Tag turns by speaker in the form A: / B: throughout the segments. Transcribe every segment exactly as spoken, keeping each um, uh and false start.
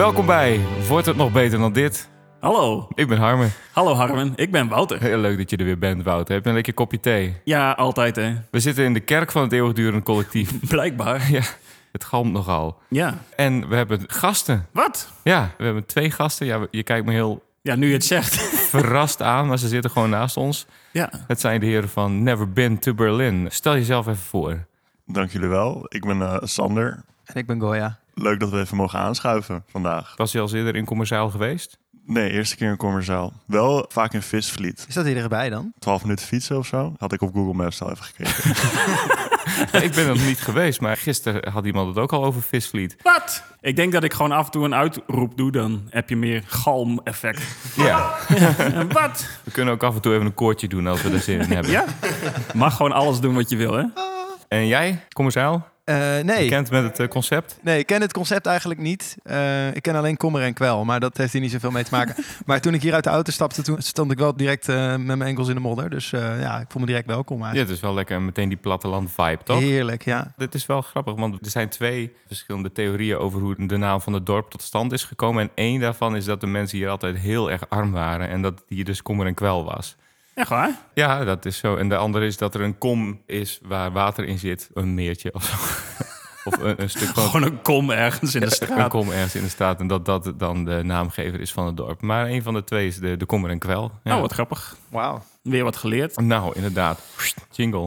A: Welkom bij Wordt het nog beter dan dit?
B: Hallo.
A: Ik ben Harmen.
B: Hallo Harmen, ik ben Wouter.
A: Heel leuk dat je er weer bent, Wouter. Heb je een lekker kopje thee?
B: Ja, altijd hè.
A: We zitten in de kerk van het eeuwigdurend collectief.
B: Blijkbaar.
A: Ja, het galmt nogal.
B: Ja.
A: En we hebben gasten.
B: Wat?
A: Ja, we hebben twee gasten. Ja, je kijkt me heel
B: Ja, nu je het zegt.
A: verrast aan, maar ze zitten gewoon naast ons.
B: Ja.
A: Het zijn de heren van Never Been to Berlin. Stel jezelf even voor.
C: Dank jullie wel. Ik ben uh, Sander.
D: En ik ben Goya.
C: Leuk dat we even mogen aanschuiven vandaag.
A: Was je al eerder in Kommerzeil geweest?
C: Nee, eerste keer in Kommerzeil. Wel vaak in Visvliet.
D: Is dat hier erbij dan?
C: twaalf minuten fietsen of zo. Had ik op Google Maps al even gekeken.
A: Ik ben er nog niet geweest, maar gisteren had iemand het ook al over Visvliet.
B: Wat? Ik denk dat ik gewoon af en toe een uitroep doe, dan heb je meer galm-effect.
A: Ja,
B: En wat?
A: we kunnen ook af en toe even een koortje doen als we er zin in hebben.
B: Ja? Mag gewoon alles doen wat je wil, hè?
A: En jij, Kommerzeil?
D: Uh, nee.
A: Bekend met het uh, concept?
D: nee, ik ken het concept eigenlijk niet. Uh, ik ken alleen kommer en kwel, maar dat heeft hier niet zoveel mee te maken. Maar toen ik hier uit de auto stapte, toen stond ik wel direct uh, met mijn enkels in de modder. Dus uh, ja, ik voel me direct welkom
A: Ja,
D: eigenlijk.
A: het is wel lekker meteen die platteland-vibe, toch?
D: Heerlijk, ja.
A: Dit is wel grappig, want er zijn twee verschillende theorieën over hoe de naam van het dorp tot stand is gekomen. En één daarvan is dat de mensen hier altijd heel erg arm waren en dat hier dus kommer en kwel was.
B: Echt waar?
A: Ja, dat is zo. En de andere is dat er een kom is waar water in zit, een meertje of zo. Of een, een stuk van...
B: Gewoon een kom ergens in de
A: Een
B: straat.
A: kom ergens in de straat en dat dat dan de naamgever is van het dorp. Maar een van de twee is de, de kommer en kwel. Ja.
B: Oh, wat grappig.
D: Wauw.
B: Weer wat geleerd.
A: Nou, inderdaad. Jingle.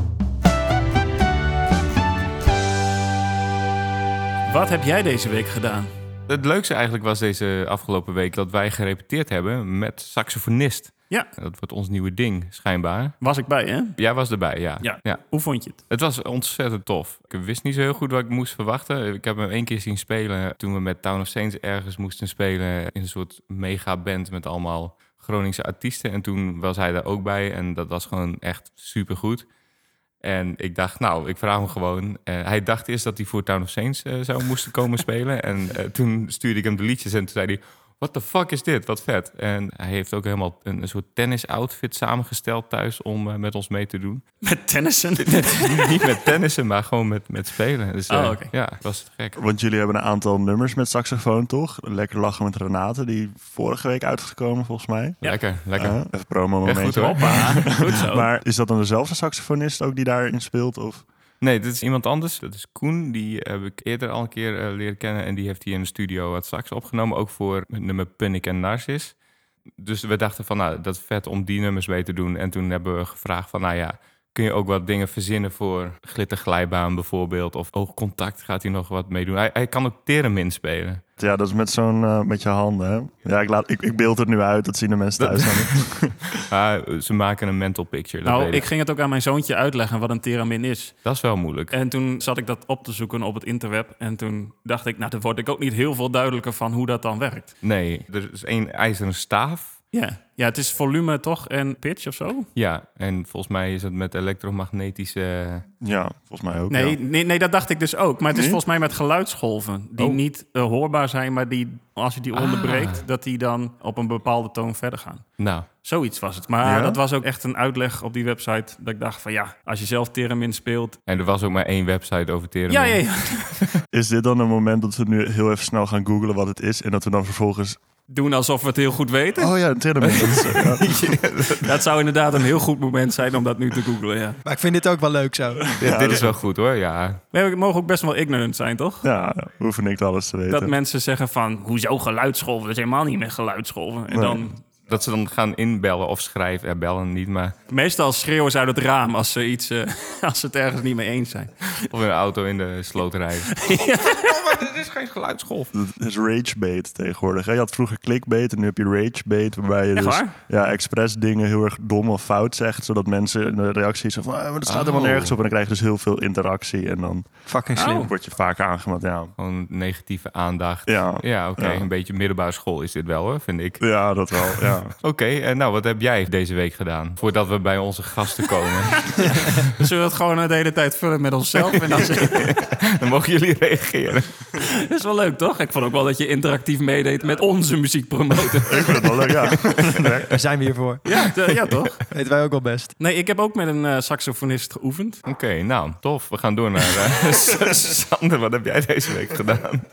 B: Wat heb jij deze week gedaan?
A: Het leukste eigenlijk was deze afgelopen week dat wij gerepeteerd hebben met saxofonist.
B: Ja,
A: Dat wordt ons nieuwe ding, schijnbaar.
B: was ik bij, hè?
A: Jij was erbij, ja.
B: Ja. Hoe vond je het?
A: Het was ontzettend tof. Ik wist niet zo heel goed wat ik moest verwachten. Ik heb hem één keer zien spelen toen we met Town of Saints ergens moesten spelen in een soort megaband met allemaal Groningse artiesten. En toen was hij daar ook bij en dat was gewoon echt supergoed. En ik dacht, nou, ik vraag hem gewoon. Uh, hij dacht eerst dat hij voor Town of Saints uh, zou moesten komen spelen. En uh, toen stuurde ik hem de liedjes en toen zei hij... What the fuck is dit? Wat vet. En hij heeft ook helemaal een, een soort tennis-outfit samengesteld thuis om uh, met ons mee te doen.
B: Met tennissen?
A: Niet met tennissen, maar gewoon met, met spelen. Dus uh,
B: Oh, okay.
A: ja, het was gek.
C: Want jullie hebben een aantal nummers met saxofoon, toch? Lekker lachen met Renate, die vorige week uitgekomen volgens mij.
B: Ja.
A: Lekker, lekker.
C: Uh, even promo
A: Echt goed,
C: momentje.
A: hoor.
B: Hoppa. Goed zo.
C: Maar is dat dan dezelfde saxofonist ook die daarin speelt? Of?
A: Nee, dit is iemand anders. Dat is Koen. Die heb ik eerder al een keer uh, leren kennen. En die heeft hier in de studio wat sax opgenomen. Ook voor het nummer Punnik en Narcis. Dus we dachten van, nou, dat is vet om die nummers mee te doen. En toen hebben we gevraagd van, nou ja... kun je ook wat dingen verzinnen voor glitterglijbaan bijvoorbeeld? Of oogcontact gaat hij nog wat mee doen. Hij, hij kan ook theremin spelen.
C: Ja, dat is met zo'n uh, met je handen, hè? Ja, ik, laat, ik, ik beeld het nu uit. Dat zien de mensen thuis dan niet.
A: Uh, ze maken een mental picture. Dat
B: Nou,
A: weet
B: ik ging het ook aan mijn zoontje uitleggen wat een theramin is.
A: Dat is wel moeilijk.
B: En toen zat ik dat op te zoeken op het interweb. En toen dacht ik, nou, daar word ik ook niet heel veel duidelijker van hoe dat dan werkt.
A: Nee, er is één ijzeren staaf.
B: Ja, ja, het is volume toch en pitch of zo?
A: Ja, en volgens mij is het met elektromagnetische...
C: Ja, volgens mij ook.
B: Nee,
C: ja.
B: nee, nee, dat dacht ik dus ook. Maar het is
C: Nee?
B: volgens mij met geluidsgolven. Die
A: Oh.
B: niet uh, hoorbaar zijn, maar die, als je die
A: Ah.
B: onderbreekt... dat die dan op een bepaalde toon verder gaan.
A: Nou,
B: Zoiets was het. Maar
C: Ja?
B: dat was ook echt een uitleg op die website. Dat ik dacht van ja, als je zelf theremin speelt...
A: en er was ook maar één website over theremin.
B: Ja, ja, ja.
C: Is dit dan een moment dat we nu heel even snel gaan googlen wat het is... en dat we dan vervolgens...
B: Doen alsof we het heel goed weten.
C: Oh ja, een theremin. Dat is, ja.
B: Dat zou inderdaad een heel goed moment zijn om dat nu te googlen, ja.
D: Maar ik vind dit ook wel leuk zo.
A: Ja,
C: Ja,
A: dit
C: dat-
A: is wel goed hoor, ja.
B: We mogen ook best wel ignorant zijn, toch?
C: Ja, we hoeven niet alles te weten.
B: Dat mensen zeggen van, hoezo geluidsgolven? Dat is helemaal niet meer geluidsgolven. En
C: Nee.
B: dan...
A: Dat ze dan gaan inbellen of schrijven. Ja, bellen niet, maar...
B: Meestal schreeuwen ze uit het raam als ze, iets, uh, als ze het ergens niet mee eens zijn.
A: Of in een auto in de sloot rijden. Oh, maar dit is geen geluidsgolf.
C: Dat is ragebait tegenwoordig. Hè? Je had vroeger clickbait en nu heb je ragebait... waarbij je
B: Echt
C: dus
B: waar?
C: ja, expres dingen heel erg dom of fout zegt... zodat mensen in de reactie zeggen van... Ah, maar dat staat
A: Oh.
C: helemaal nergens op. En dan krijg je dus heel veel interactie. En dan
D: Fucking
B: Oh.
D: slim.
C: word je vaker aangemaakt. Ja,
A: Gewoon negatieve aandacht.
C: ja.
A: Ja, oké.
C: Ja.
A: Een beetje middelbare school is dit wel, hoor, vind ik.
C: ja dat wel. Ja.
A: Oké, en nou, wat heb jij deze week gedaan? Voordat we bij onze gasten komen.
B: Zullen we het gewoon de hele tijd vullen met onszelf? En dan zeggen,
A: Dan mogen jullie reageren.
B: dat is wel leuk, toch? Ik vond ook wel dat je interactief meedeed met onze muziek promoten.
C: Ik vind het wel leuk, ja.
D: Daar zijn we hier voor.
B: Ja, t- ja, toch?
D: Weten wij ook wel best.
B: Nee, ik heb ook met een uh, saxofonist geoefend.
A: Oké, nou, tof. We gaan door naar uh, Sander. Wat heb jij deze week gedaan?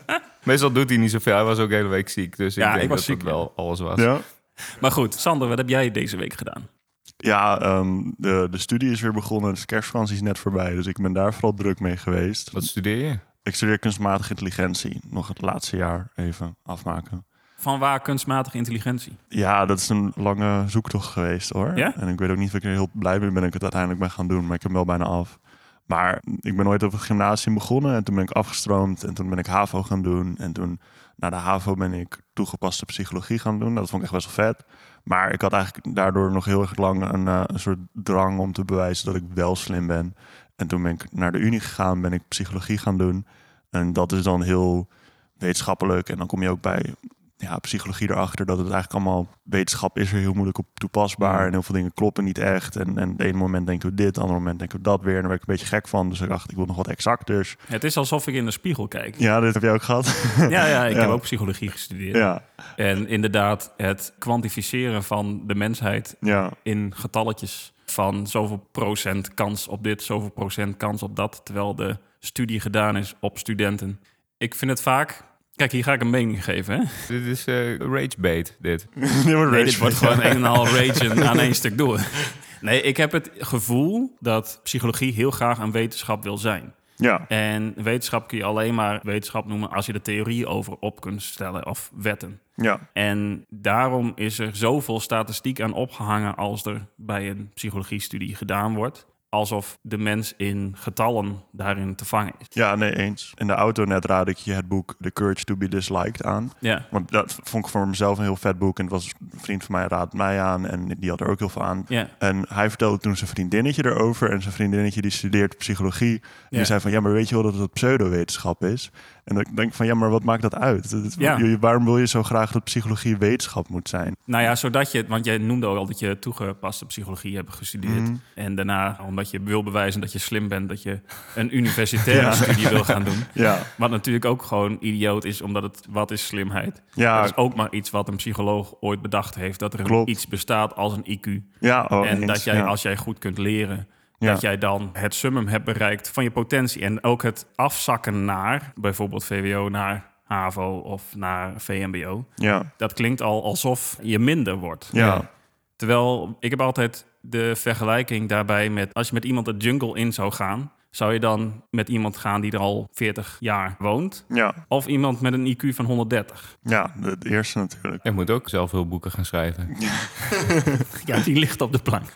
A: Meestal doet hij niet zoveel. Hij was ook de hele week ziek. Dus ik
B: Ja,
A: denk
B: ik was
A: dat
B: ziek,
A: het wel alles was.
C: Ja,
B: Maar goed, Sander, wat heb jij deze week gedaan?
C: ja ehm, de, de studie is weer begonnen. De kerstvakantie is net voorbij. Dus ik ben daar vooral druk mee geweest.
A: Wat studeer je?
C: Ik studeer kunstmatige intelligentie. Nog het laatste jaar even afmaken.
B: Van waar kunstmatige intelligentie?
C: Ja, dat is een lange zoektocht geweest hoor.
B: Ja?
C: En ik weet ook niet of ik er heel blij mee ben dat ik het uiteindelijk ben gaan doen. Maar ik heb hem wel bijna af. Maar ik ben ooit op het gymnasium begonnen. En toen ben ik afgestroomd. En toen ben ik HAVO gaan doen. En toen na de HAVO ben ik toegepaste psychologie gaan doen. Dat vond ik echt best wel vet. Maar ik had eigenlijk daardoor nog heel erg lang een, uh, een soort drang om te bewijzen dat ik wel slim ben. En toen ben ik naar de Unie gegaan, ben ik psychologie gaan doen. En dat is dan heel wetenschappelijk. En dan kom je ook bij ja, psychologie erachter dat het eigenlijk allemaal... Wetenschap is er heel moeilijk op toepasbaar.
A: Mm.
C: En heel veel dingen kloppen niet echt. En, en het ene moment denken we dit, het andere moment denken we dat weer. En daar werd ik een beetje gek van. Dus ik dacht, ik wil nog wat exacters.
B: Het is alsof ik in de spiegel kijk.
C: Ja, dit heb jij ook gehad.
B: Ja, ja, ik
C: Ja.
B: heb ook psychologie gestudeerd.
C: Ja,
B: En inderdaad, het kwantificeren van de mensheid
C: ja,
B: in getalletjes van zoveel procent kans op dit, zoveel procent kans op dat, terwijl de studie gedaan is op studenten. Ik vind het vaak... Kijk, hier ga ik een mening geven, hè?
A: Dit is uh, ragebait, dit.
C: nee, maar
B: Nee, dit
C: rage
B: wordt
C: bait.
B: gewoon een en een half rage aan één stuk door. Nee, ik heb het gevoel dat psychologie heel graag een wetenschap wil zijn.
C: Ja,
B: En wetenschap kun je alleen maar wetenschap noemen als je de theorie over op kunt stellen of wetten.
C: ja,
B: En daarom is er zoveel statistiek aan opgehangen als er bij een psychologiestudie gedaan wordt. Alsof de mens in getallen daarin te vangen is.
C: ja, nee, eens. In de auto net raad ik je het boek The Courage to be Disliked aan.
B: Ja,
C: Want dat vond ik voor mezelf een heel vet boek. En het was een vriend van mij raadt mij aan. En die had er ook heel veel aan.
B: ja.
C: En hij vertelde toen zijn vriendinnetje erover. En zijn vriendinnetje die studeert psychologie. En
B: Ja.
C: die zei van, ja, maar weet je wel dat het pseudowetenschap is? En dan denk ik van, ja, maar wat maakt dat uit? Het-
B: Ja.
C: je- Waarom wil je zo graag dat psychologie wetenschap moet zijn?
B: Nou ja, zodat je... Want jij noemde ook al dat je toegepaste psychologie hebt gestudeerd.
C: Mhm.
B: En daarna, omdat je wil bewijzen dat je slim bent... dat je een universitaire
C: Ja.
B: studie wil gaan doen.
C: Ja,
B: Wat natuurlijk ook gewoon idioot is, omdat het... Wat is slimheid?
C: ja,
B: Dat is ook maar iets wat een psycholoog ooit bedacht heeft. Dat er een,
C: Klopt.
B: iets bestaat als een I Q.
C: ja. Oh,
B: En
C: eens,
B: dat jij,
C: ja.
B: als jij goed kunt leren...
C: Ja.
B: dat jij dan het summum hebt bereikt van je potentie. En ook het afzakken naar, bijvoorbeeld V W O, naar HAVO of naar V M B O.
C: Ja,
B: Dat klinkt al alsof je minder wordt.
C: ja,
B: Terwijl, ik heb altijd de vergelijking daarbij met... als je met iemand de jungle in zou gaan... zou je dan met iemand gaan die er al veertig jaar woont?
C: ja,
B: Of iemand met een I Q van honderddertig?
C: ja, het eerste natuurlijk.
A: Je moet ook zelf veel boeken gaan schrijven.
B: Ja, die ligt op de plank.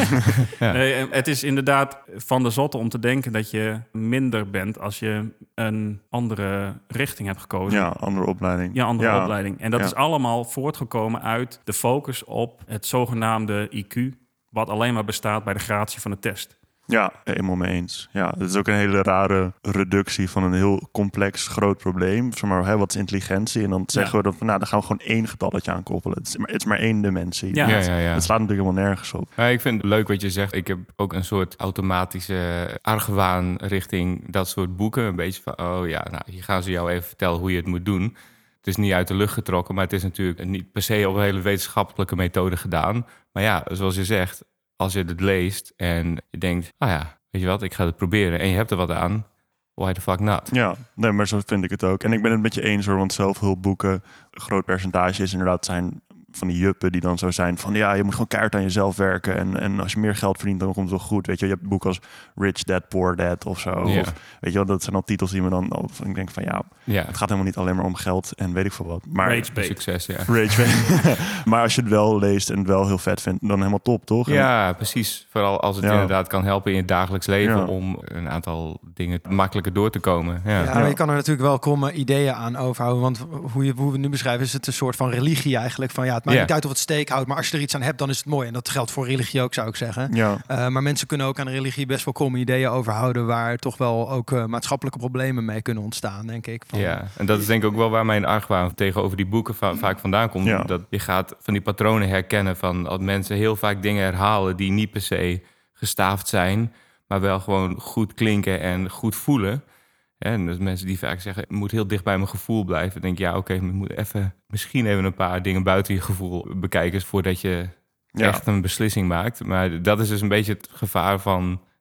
A: Ja.
B: Nee, en het is inderdaad van de zotte om te denken dat je minder bent als je een andere richting hebt gekozen.
C: Ja, andere opleiding.
B: Ja, andere
C: Ja.
B: opleiding. En dat
C: Ja.
B: is allemaal voortgekomen uit de focus op het zogenaamde I Q, wat alleen maar bestaat bij de gratie van de test.
C: Ja, helemaal mee eens. Ja, het is ook een hele rare reductie van een heel complex groot probleem. Zeg maar, hè, wat is intelligentie? En dan zeggen we dat, van, nou, dan gaan we gewoon één getalletje aan koppelen. Het is maar, het is maar één dimensie.
B: Ja.
A: Ja,
C: Het,
A: ja, ja.
C: het slaat natuurlijk helemaal nergens op.
A: Ja, ik vind het leuk wat je zegt. Ik heb ook een soort automatische argwaan richting dat soort boeken. Een beetje van, oh ja, nou, hier gaan ze jou even vertellen hoe je het moet doen. Het is niet uit de lucht getrokken, maar het is natuurlijk niet per se op een hele wetenschappelijke methode gedaan. Maar ja, zoals je zegt, als je het leest en je denkt, ah ja, weet je wat, ik ga het proberen. En je hebt er wat aan, why the fuck not?
C: Ja, nee, maar zo vind ik het ook. En ik ben het met je eens hoor, want zelfhulpboeken, een groot percentage is inderdaad zijn van die juppen die dan zo zijn van ja, je moet gewoon keihard aan jezelf werken en, en als je meer geld verdient, dan komt het wel goed. Weet je, je hebt boeken als Rich Dad, Poor Dad of zo.
A: Ja.
C: Of, weet je wel, dat zijn al titels die me dan, of ik denk van ja,
A: Ja,
C: het gaat helemaal niet alleen maar om geld en weet ik veel wat. Maar
B: Rage bait.
A: succes, ja.
C: Rage. Maar als je het wel leest en het wel heel vet vindt, dan helemaal top, toch? En-
A: Ja, precies. Vooral als het
C: Ja.
A: inderdaad kan helpen in je dagelijks leven
C: Ja.
A: om een aantal dingen makkelijker door te komen. Ja.
D: Ja, maar je kan er natuurlijk wel komen ideeën aan overhouden. Want hoe, je, hoe we het nu beschrijven, is het een soort van religie eigenlijk. Van ja, het maakt
A: Ja.
D: niet uit of het steek houdt, maar als je er iets aan hebt, dan is het mooi. En dat geldt voor religie ook, zou ik zeggen.
C: Ja,
D: Uh, maar mensen kunnen ook aan de religie best wel komen ideeën overhouden waar toch wel ook uh, maatschappelijke problemen mee kunnen ontstaan, denk ik. Van,
A: Ja, en dat is denk ik ook wel waar mijn argwaan tegenover die boeken va- vaak vandaan komt.
C: Ja.
A: Dat je gaat van die patronen herkennen van dat mensen heel vaak dingen herhalen die niet per se gestaafd zijn, maar wel gewoon goed klinken en goed voelen. En dus mensen die vaak zeggen, het moet heel dicht bij mijn gevoel blijven. Dan denk ik, ja, oké, okay, je moet even, misschien even een paar dingen buiten je gevoel bekijken voordat je
C: ja.
A: echt een beslissing maakt. Maar dat is dus een beetje het gevaar van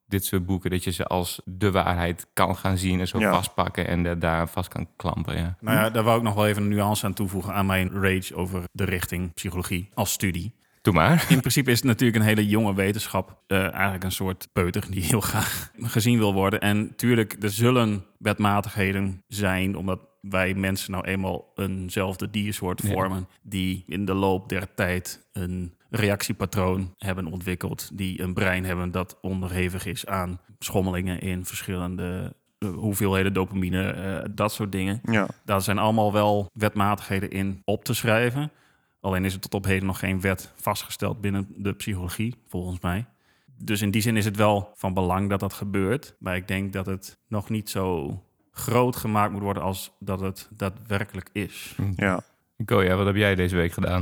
A: dit soort boeken, dat je ze als de waarheid kan gaan zien en zo
C: Ja.
A: vastpakken en er daar vast kan klampen. Ja.
B: Nou ja, daar wou ik nog wel even een nuance aan toevoegen aan mijn rage over de richting psychologie als studie.
A: Doe maar.
B: In principe is het natuurlijk een hele jonge wetenschap. Uh, eigenlijk een soort peuter die heel graag gezien wil worden. En tuurlijk, er zullen wetmatigheden zijn, omdat wij mensen nou eenmaal eenzelfde diersoort vormen, ja. die in de loop der tijd een reactiepatroon hebben ontwikkeld, die een brein hebben dat onderhevig is aan schommelingen in verschillende uh, hoeveelheden dopamine, uh, dat soort dingen.
C: Ja.
B: Daar zijn allemaal wel wetmatigheden in op te schrijven. Alleen is er tot op heden nog geen wet vastgesteld binnen de psychologie, volgens mij. Dus in die zin is het wel van belang dat dat gebeurt. Maar ik denk dat het nog niet zo groot gemaakt moet worden als dat het daadwerkelijk is.
C: Ja.
A: Goya, wat heb jij deze week gedaan?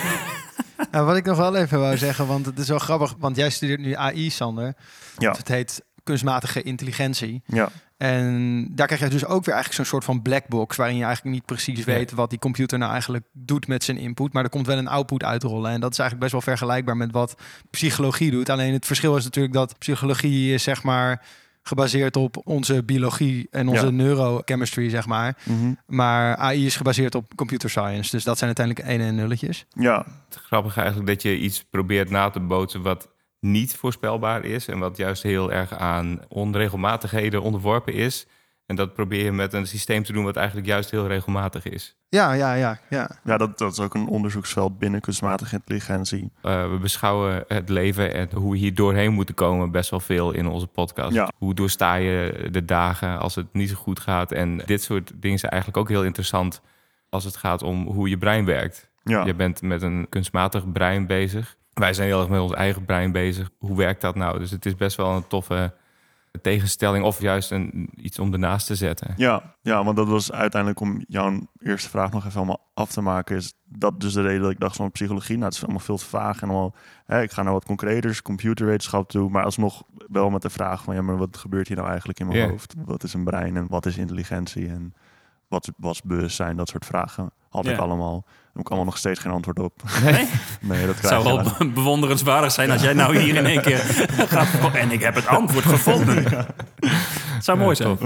D: Nou, wat ik nog wel even wou zeggen, want het is wel grappig, want jij studeert nu A I, Sander.
C: Ja.
D: Dus het heet kunstmatige intelligentie.
C: Ja.
D: En daar krijg je dus ook weer eigenlijk zo'n soort van black box, waarin je eigenlijk niet precies weet
A: ja.
D: wat die computer nou eigenlijk doet met zijn input. Maar er komt wel een output uitrollen. En dat is eigenlijk best wel vergelijkbaar met wat psychologie doet. Alleen het verschil is natuurlijk dat psychologie is, zeg maar, gebaseerd op onze biologie en onze
C: Ja.
D: neurochemistry, zeg maar.
C: Mm-hmm.
D: Maar A I is gebaseerd op computer science. Dus dat zijn uiteindelijk ene en nulletjes.
C: Ja.
A: Het grappige eigenlijk dat je iets probeert na te bootsen wat niet voorspelbaar is en wat juist heel erg aan onregelmatigheden onderworpen is. En dat probeer je met een systeem te doen wat eigenlijk juist heel regelmatig is.
D: Ja, ja, ja, ja.
C: Ja, dat, dat is ook een onderzoeksveld binnen kunstmatige intelligentie.
A: Uh, we beschouwen het leven en hoe we hier doorheen moeten komen best wel veel in onze podcast.
C: Ja.
A: Hoe doorsta je de dagen als het niet zo goed gaat? En dit soort dingen zijn eigenlijk ook heel interessant als het gaat om hoe je brein werkt.
C: Ja.
A: Je bent met een kunstmatig brein bezig. Wij zijn heel erg met ons eigen brein bezig. Hoe werkt dat nou? Dus het is best wel een toffe tegenstelling of juist een, iets om ernaast te zetten.
C: Ja, ja, want dat was uiteindelijk, om jouw eerste vraag nog even allemaal af te maken, is dat dus de reden dat ik dacht van psychologie, nou, het is allemaal veel te vaag en allemaal, hè, ik ga naar wat concreters, computerwetenschap toe, maar alsnog wel met de vraag van, ja, maar wat gebeurt hier nou eigenlijk in mijn
A: Yeah.
C: hoofd? Wat is een brein en wat is intelligentie en wat was bewustzijn? Dat soort vragen had
B: Yeah.
C: ik allemaal. Daar heb ik allemaal nog steeds geen antwoord op.
B: Nee?
C: Nee, dat
B: Het
C: krijg
B: zou
C: je
B: wel
C: wel.
B: bewonderenswaardig zijn als jij nou hier in één keer gaat. En ik heb het antwoord gevonden.
C: Ja.
B: Het zou mooi
A: Ja,
B: zijn.
A: tof.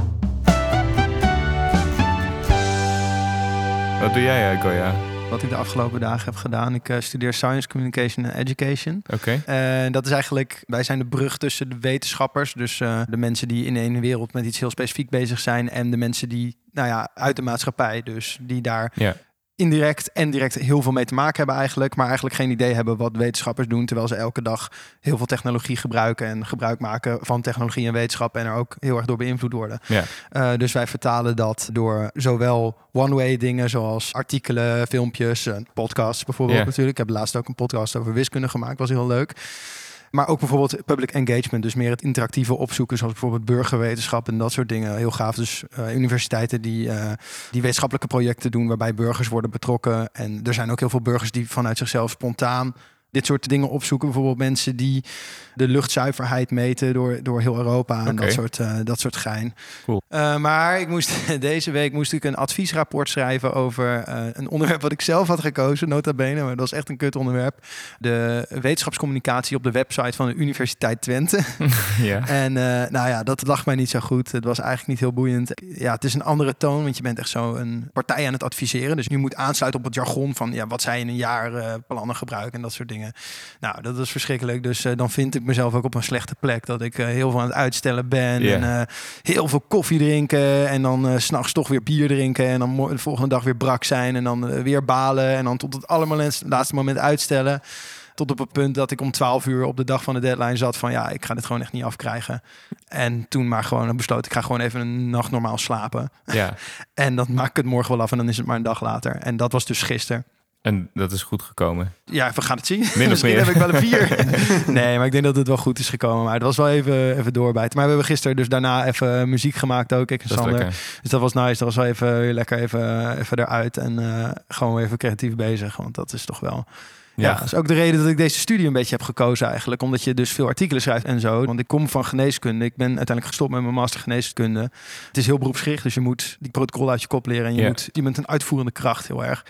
A: Wat doe jij, uh, Goya?
D: Wat ik de afgelopen dagen heb gedaan. Ik uh, studeer Science, Communication en Education.
A: Oké.
D: En dat is eigenlijk, wij zijn de brug tussen de wetenschappers, dus uh, de mensen die in een wereld met iets heel specifiek bezig zijn, en de mensen die, nou ja, uit de maatschappij, dus die daar
A: Ja.
D: indirect en direct heel veel mee te maken hebben eigenlijk, maar eigenlijk geen idee hebben wat wetenschappers doen, terwijl ze elke dag heel veel technologie gebruiken en gebruik maken van technologie en wetenschap en er ook heel erg door beïnvloed worden.
A: Ja.
D: Uh, dus wij vertalen dat door zowel one-way dingen zoals artikelen, filmpjes, uh, podcasts bijvoorbeeld
A: Ja.
D: natuurlijk. Ik heb laatst ook een podcast over wiskunde gemaakt, was heel leuk. Maar ook bijvoorbeeld public engagement, dus meer het interactieve opzoeken, zoals bijvoorbeeld burgerwetenschap en dat soort dingen. Heel gaaf. Dus uh, universiteiten die, uh, die wetenschappelijke projecten doen waarbij burgers worden betrokken. En er zijn ook heel veel burgers die vanuit zichzelf spontaan dit soort dingen opzoeken. Bijvoorbeeld mensen die de luchtzuiverheid meten door, door heel Europa en
A: Oké.
D: dat soort, uh, dat soort gein.
A: Cool.
D: Uh, maar ik moest, deze week moest ik een adviesrapport schrijven over uh, een onderwerp wat ik zelf had gekozen, nota bene, maar dat was echt een kut onderwerp. De wetenschapscommunicatie op de website van de Universiteit Twente.
A: Ja.
D: En uh, nou ja, dat lag mij niet zo goed. Het was eigenlijk niet heel boeiend. Ja, het is een andere toon, want je bent echt zo een partij aan het adviseren. Dus je moet aansluiten op het jargon van ja, wat zij in een jaar uh, plannen gebruiken en dat soort dingen. Nou, dat is verschrikkelijk. Dus uh, dan vind ik mezelf ook op een slechte plek. Dat ik uh, heel veel aan het uitstellen ben.
A: Yeah.
D: En uh, heel veel koffie drinken. En dan uh, 's nachts toch weer bier drinken. En dan mo- de volgende dag weer brak zijn. En dan uh, weer balen. En dan tot het allerlaatste moment uitstellen. Tot op het punt dat ik om twaalf uur op de dag van de deadline zat van ja, ik ga dit gewoon echt niet afkrijgen. En toen maar gewoon besloten, ik ga gewoon even een nacht normaal slapen.
A: Ja.
D: En dan maak ik het morgen wel af en dan is het maar een dag later. En dat was dus gisteren.
A: En dat is goed gekomen.
D: Ja, we gaan het zien.
A: Min of
D: Misschien
A: meer.
D: heb ik wel een vier. Nee, maar ik denk dat het wel goed is gekomen. Maar het was wel even, even doorbijten. Maar we hebben gisteren dus daarna even muziek gemaakt ook, ik en
A: Dat is
D: Sander.
A: lekker.
D: Dus dat was nice. Dat was wel even weer lekker even, even eruit. En uh, gewoon weer even creatief bezig. Want dat is toch wel... Ja,
A: Ja.
D: dat is ook de reden dat ik deze studie een beetje heb gekozen eigenlijk. Omdat je dus veel artikelen schrijft en zo. Want ik kom van geneeskunde. Ik ben uiteindelijk gestopt met mijn master geneeskunde. Het is heel beroepsgericht, dus je moet die protocol uit je kop leren. En je,
A: Ja.
D: moet, je bent een uitvoerende kracht heel erg.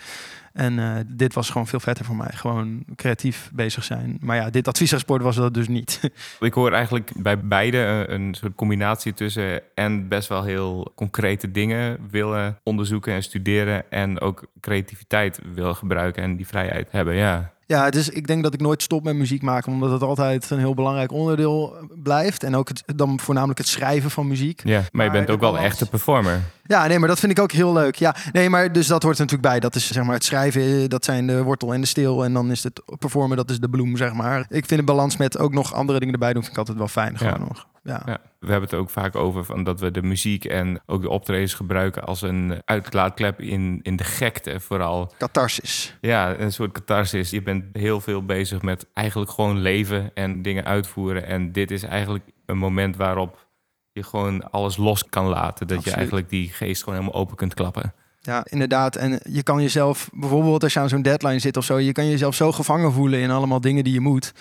D: En uh, dit was gewoon veel vetter voor mij. Gewoon creatief bezig zijn. Maar ja, dit adviesrapport was dat dus niet.
A: Ik hoor eigenlijk bij beide een soort combinatie tussen en best wel heel concrete dingen willen onderzoeken en studeren en ook creativiteit willen gebruiken en die vrijheid hebben, ja.
D: Ja, dus ik denk dat ik nooit stop met muziek maken, omdat het altijd een heel belangrijk onderdeel blijft. En ook het, dan voornamelijk het schrijven van muziek.
A: Ja, maar, maar je bent ook wel echt een performer.
D: Ja, nee, maar dat vind ik ook heel leuk. Ja, nee, maar dus dat hoort er natuurlijk bij. Dat is zeg maar het schrijven, dat zijn de wortel en de steel. En dan is het performen, dat is de bloem, zeg maar. Ik vind een balans met ook nog andere dingen erbij doen, vind ik altijd wel fijn. Gewoon
A: ja.
D: nog. Ja.
A: Ja, we hebben het ook vaak over van dat we de muziek en ook de optredens gebruiken als een uitlaatklep in, in de gekte vooral.
D: Catharsis.
A: Ja, een soort catharsis. Je bent heel veel bezig met eigenlijk gewoon leven en dingen uitvoeren. En dit is eigenlijk een moment waarop je gewoon alles los kan laten. Dat
D: Absoluut.
A: Je eigenlijk die geest gewoon helemaal open kunt klappen.
D: Ja, inderdaad. En je kan jezelf, bijvoorbeeld als je aan zo'n deadline zit of zo, je kan jezelf zo gevangen voelen in allemaal dingen die je moet.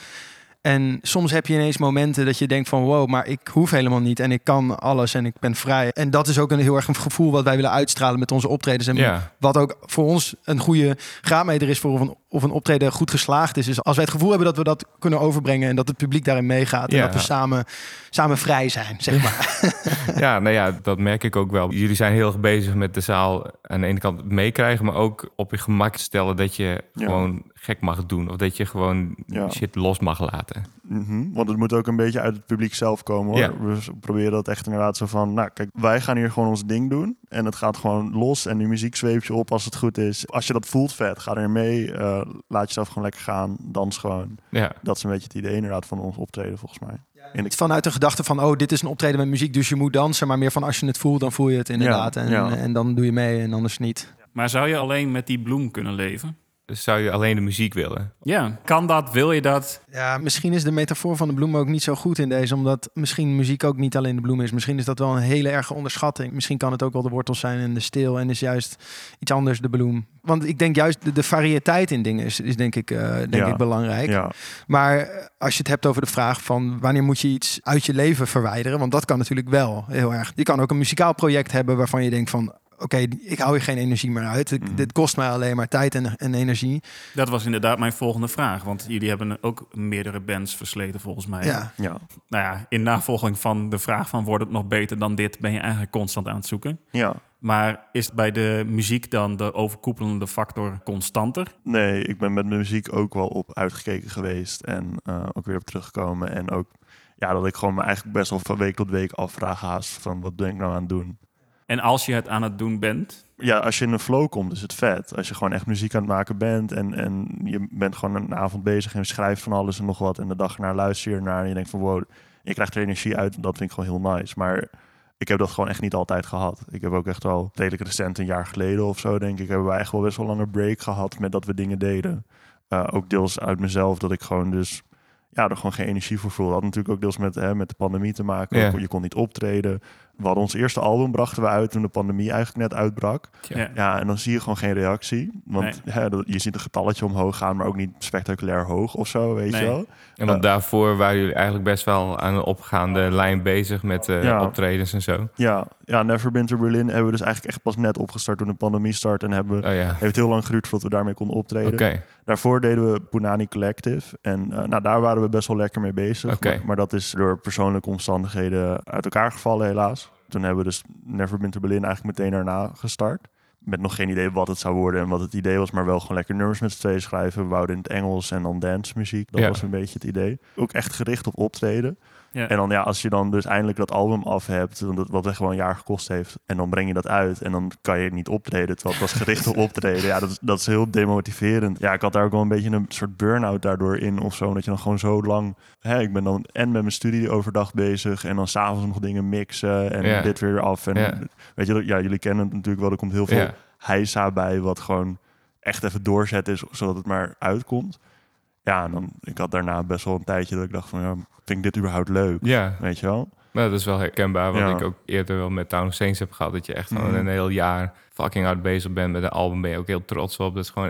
D: En soms heb je ineens momenten dat je denkt van wow, maar ik hoef helemaal niet en ik kan alles en ik ben vrij. En dat is ook een heel erg een gevoel wat wij willen uitstralen met onze optredens. En
A: ja.
D: wat ook voor ons een goede graadmeter is voor of een, of een optreden goed geslaagd is. Dus als wij het gevoel hebben dat we dat kunnen overbrengen en dat het publiek daarin meegaat. En
A: ja.
D: dat we samen, samen vrij zijn, zeg maar.
A: Ja, nou ja, dat merk ik ook wel. Jullie zijn heel erg bezig met de zaal aan de ene kant meekrijgen, maar ook op je gemak stellen dat je
C: Ja.
A: gewoon gek mag doen. Of dat je gewoon
C: Ja.
A: shit los mag laten.
C: Mm-hmm. Want het moet ook een beetje uit het publiek zelf komen, hoor.
A: Ja.
C: We proberen dat echt inderdaad zo van, nou kijk, wij gaan hier gewoon ons ding doen. En het gaat gewoon los en die muziek zweept je op als het goed is. Als je dat voelt, vet, ga er mee. Uh, laat jezelf gewoon lekker gaan. Dans gewoon.
A: Ja.
C: Dat is een beetje het idee inderdaad van ons optreden, volgens mij. In de...
D: Niet vanuit de gedachte van, oh, dit is een optreden met muziek, dus je moet dansen. Maar meer van, als je het voelt, dan voel je het inderdaad.
C: Ja,
D: en,
C: ja.
D: en dan doe je mee en anders niet.
B: Maar zou je alleen met die bloem kunnen leven?
A: Dus zou je alleen de muziek willen?
B: Ja, kan dat? Wil je dat?
D: Ja, misschien is de metafoor van de bloem ook niet zo goed in deze, omdat misschien muziek ook niet alleen de bloem is. Misschien is dat wel een hele erge onderschatting. Misschien kan het ook wel de wortels zijn en de steel en is juist iets anders de bloem. Want ik denk juist de, de variëteit in dingen is, is denk, ik, uh, denk
C: Ja.
D: ik belangrijk.
C: Ja.
D: Maar als je het hebt over de vraag van wanneer moet je iets uit je leven verwijderen, want dat kan natuurlijk wel heel erg. Je kan ook een muzikaal project hebben waarvan je denkt van, oké, okay, ik hou hier geen energie meer uit. Ik,
C: Mm.
D: Dit kost mij alleen maar tijd en, en energie.
B: Dat was inderdaad mijn volgende vraag. Want jullie hebben ook meerdere bands versleten volgens mij.
D: Ja.
C: Ja.
B: Nou ja, in navolging van de vraag van wordt het nog beter dan dit, ben je eigenlijk constant aan het zoeken.
C: Ja.
B: Maar is bij de muziek dan de overkoepelende factor constanter?
C: Nee, ik ben met mijn muziek ook wel op uitgekeken geweest. En uh, ook weer op teruggekomen. En ook, ja, dat ik gewoon me eigenlijk best wel van week tot week afvraag haast van wat ben ik nou aan het doen.
B: En als je het aan het doen bent?
C: Ja, als je in een flow komt, is het vet. Als je gewoon echt muziek aan het maken bent en, en je bent gewoon een avond bezig en je schrijft van alles en nog wat. En de dag erna luister je ernaar en je denkt van wow, je krijgt er energie uit. Dat vind ik gewoon heel nice. Maar ik heb dat gewoon echt niet altijd gehad. Ik heb ook echt wel redelijk recent, een jaar geleden of zo, denk ik, hebben wij echt wel best wel een lange break gehad met dat we dingen deden. Uh, ook deels uit mezelf, dat ik gewoon dus ja, er gewoon geen energie voor voelde. Dat had natuurlijk ook deels met, hè, met de pandemie te maken.
A: Ja.
C: Je kon niet optreden. We hadden ons eerste album, brachten we uit toen de pandemie eigenlijk net uitbrak.
B: Ja.
C: Ja, en dan zie je gewoon geen reactie. Want
B: Nee.
C: hè, dat- je ziet een getalletje omhoog gaan, maar ook niet spectaculair hoog of zo, weet
B: Nee.
C: je wel.
A: En dan
C: Uh,
A: daarvoor waren jullie eigenlijk best wel aan een opgaande lijn bezig met uh,
C: Ja.
A: optredens en zo.
C: Ja, ja, Never Been to Berlin hebben we dus eigenlijk echt pas net opgestart toen de pandemie startte. En hebben,
A: Oh ja,
C: heeft heel lang geduurd voordat we daarmee konden optreden.
A: oké.
C: Daarvoor deden we Punani Collective. En uh, nou, daar waren we best wel lekker mee bezig.
A: Oké.
C: Maar, maar dat is door persoonlijke omstandigheden uit elkaar gevallen, helaas. Toen hebben we dus Never Been to Berlin eigenlijk meteen daarna gestart. Met nog geen idee wat het zou worden en wat het idee was. Maar wel gewoon lekker nummers met z'n tweeën schrijven. We wouden in het Engels en dan dance muziek. Dat
A: Ja.
C: was een beetje het idee. Ook echt gericht op optreden.
B: Ja.
C: En dan ja, als je dan dus eindelijk dat album af hebt, want dat- wat echt gewoon een jaar gekost heeft, en dan breng je dat uit en dan kan je niet optreden, terwijl het was gericht op optreden. Ja, dat is, dat is heel demotiverend. Ja, ik had daar ook wel een beetje een soort burn-out daardoor in of zo, dat je dan gewoon zo lang, hè, ik ben dan en met mijn studie overdag bezig en dan s'avonds nog dingen mixen en
A: Ja.
C: dit weer af. En
A: Ja.
C: weet je, ja, jullie kennen het natuurlijk wel, er komt heel veel
A: Ja.
C: heisa bij, wat gewoon echt even doorzetten is, zodat het maar uitkomt. Ja, en dan, ik had daarna best wel een tijdje dat ik dacht van, ja, vind ik dit überhaupt leuk?
A: Ja,
C: Weet je wel?
A: maar dat is wel herkenbaar, wat
C: Ja.
A: ik ook eerder wel met Town of Saints heb gehad. Dat je echt gewoon
C: Mhm.
A: een heel jaar fucking hard bezig bent met een album, ben je ook heel trots op. Dat is gewoon echt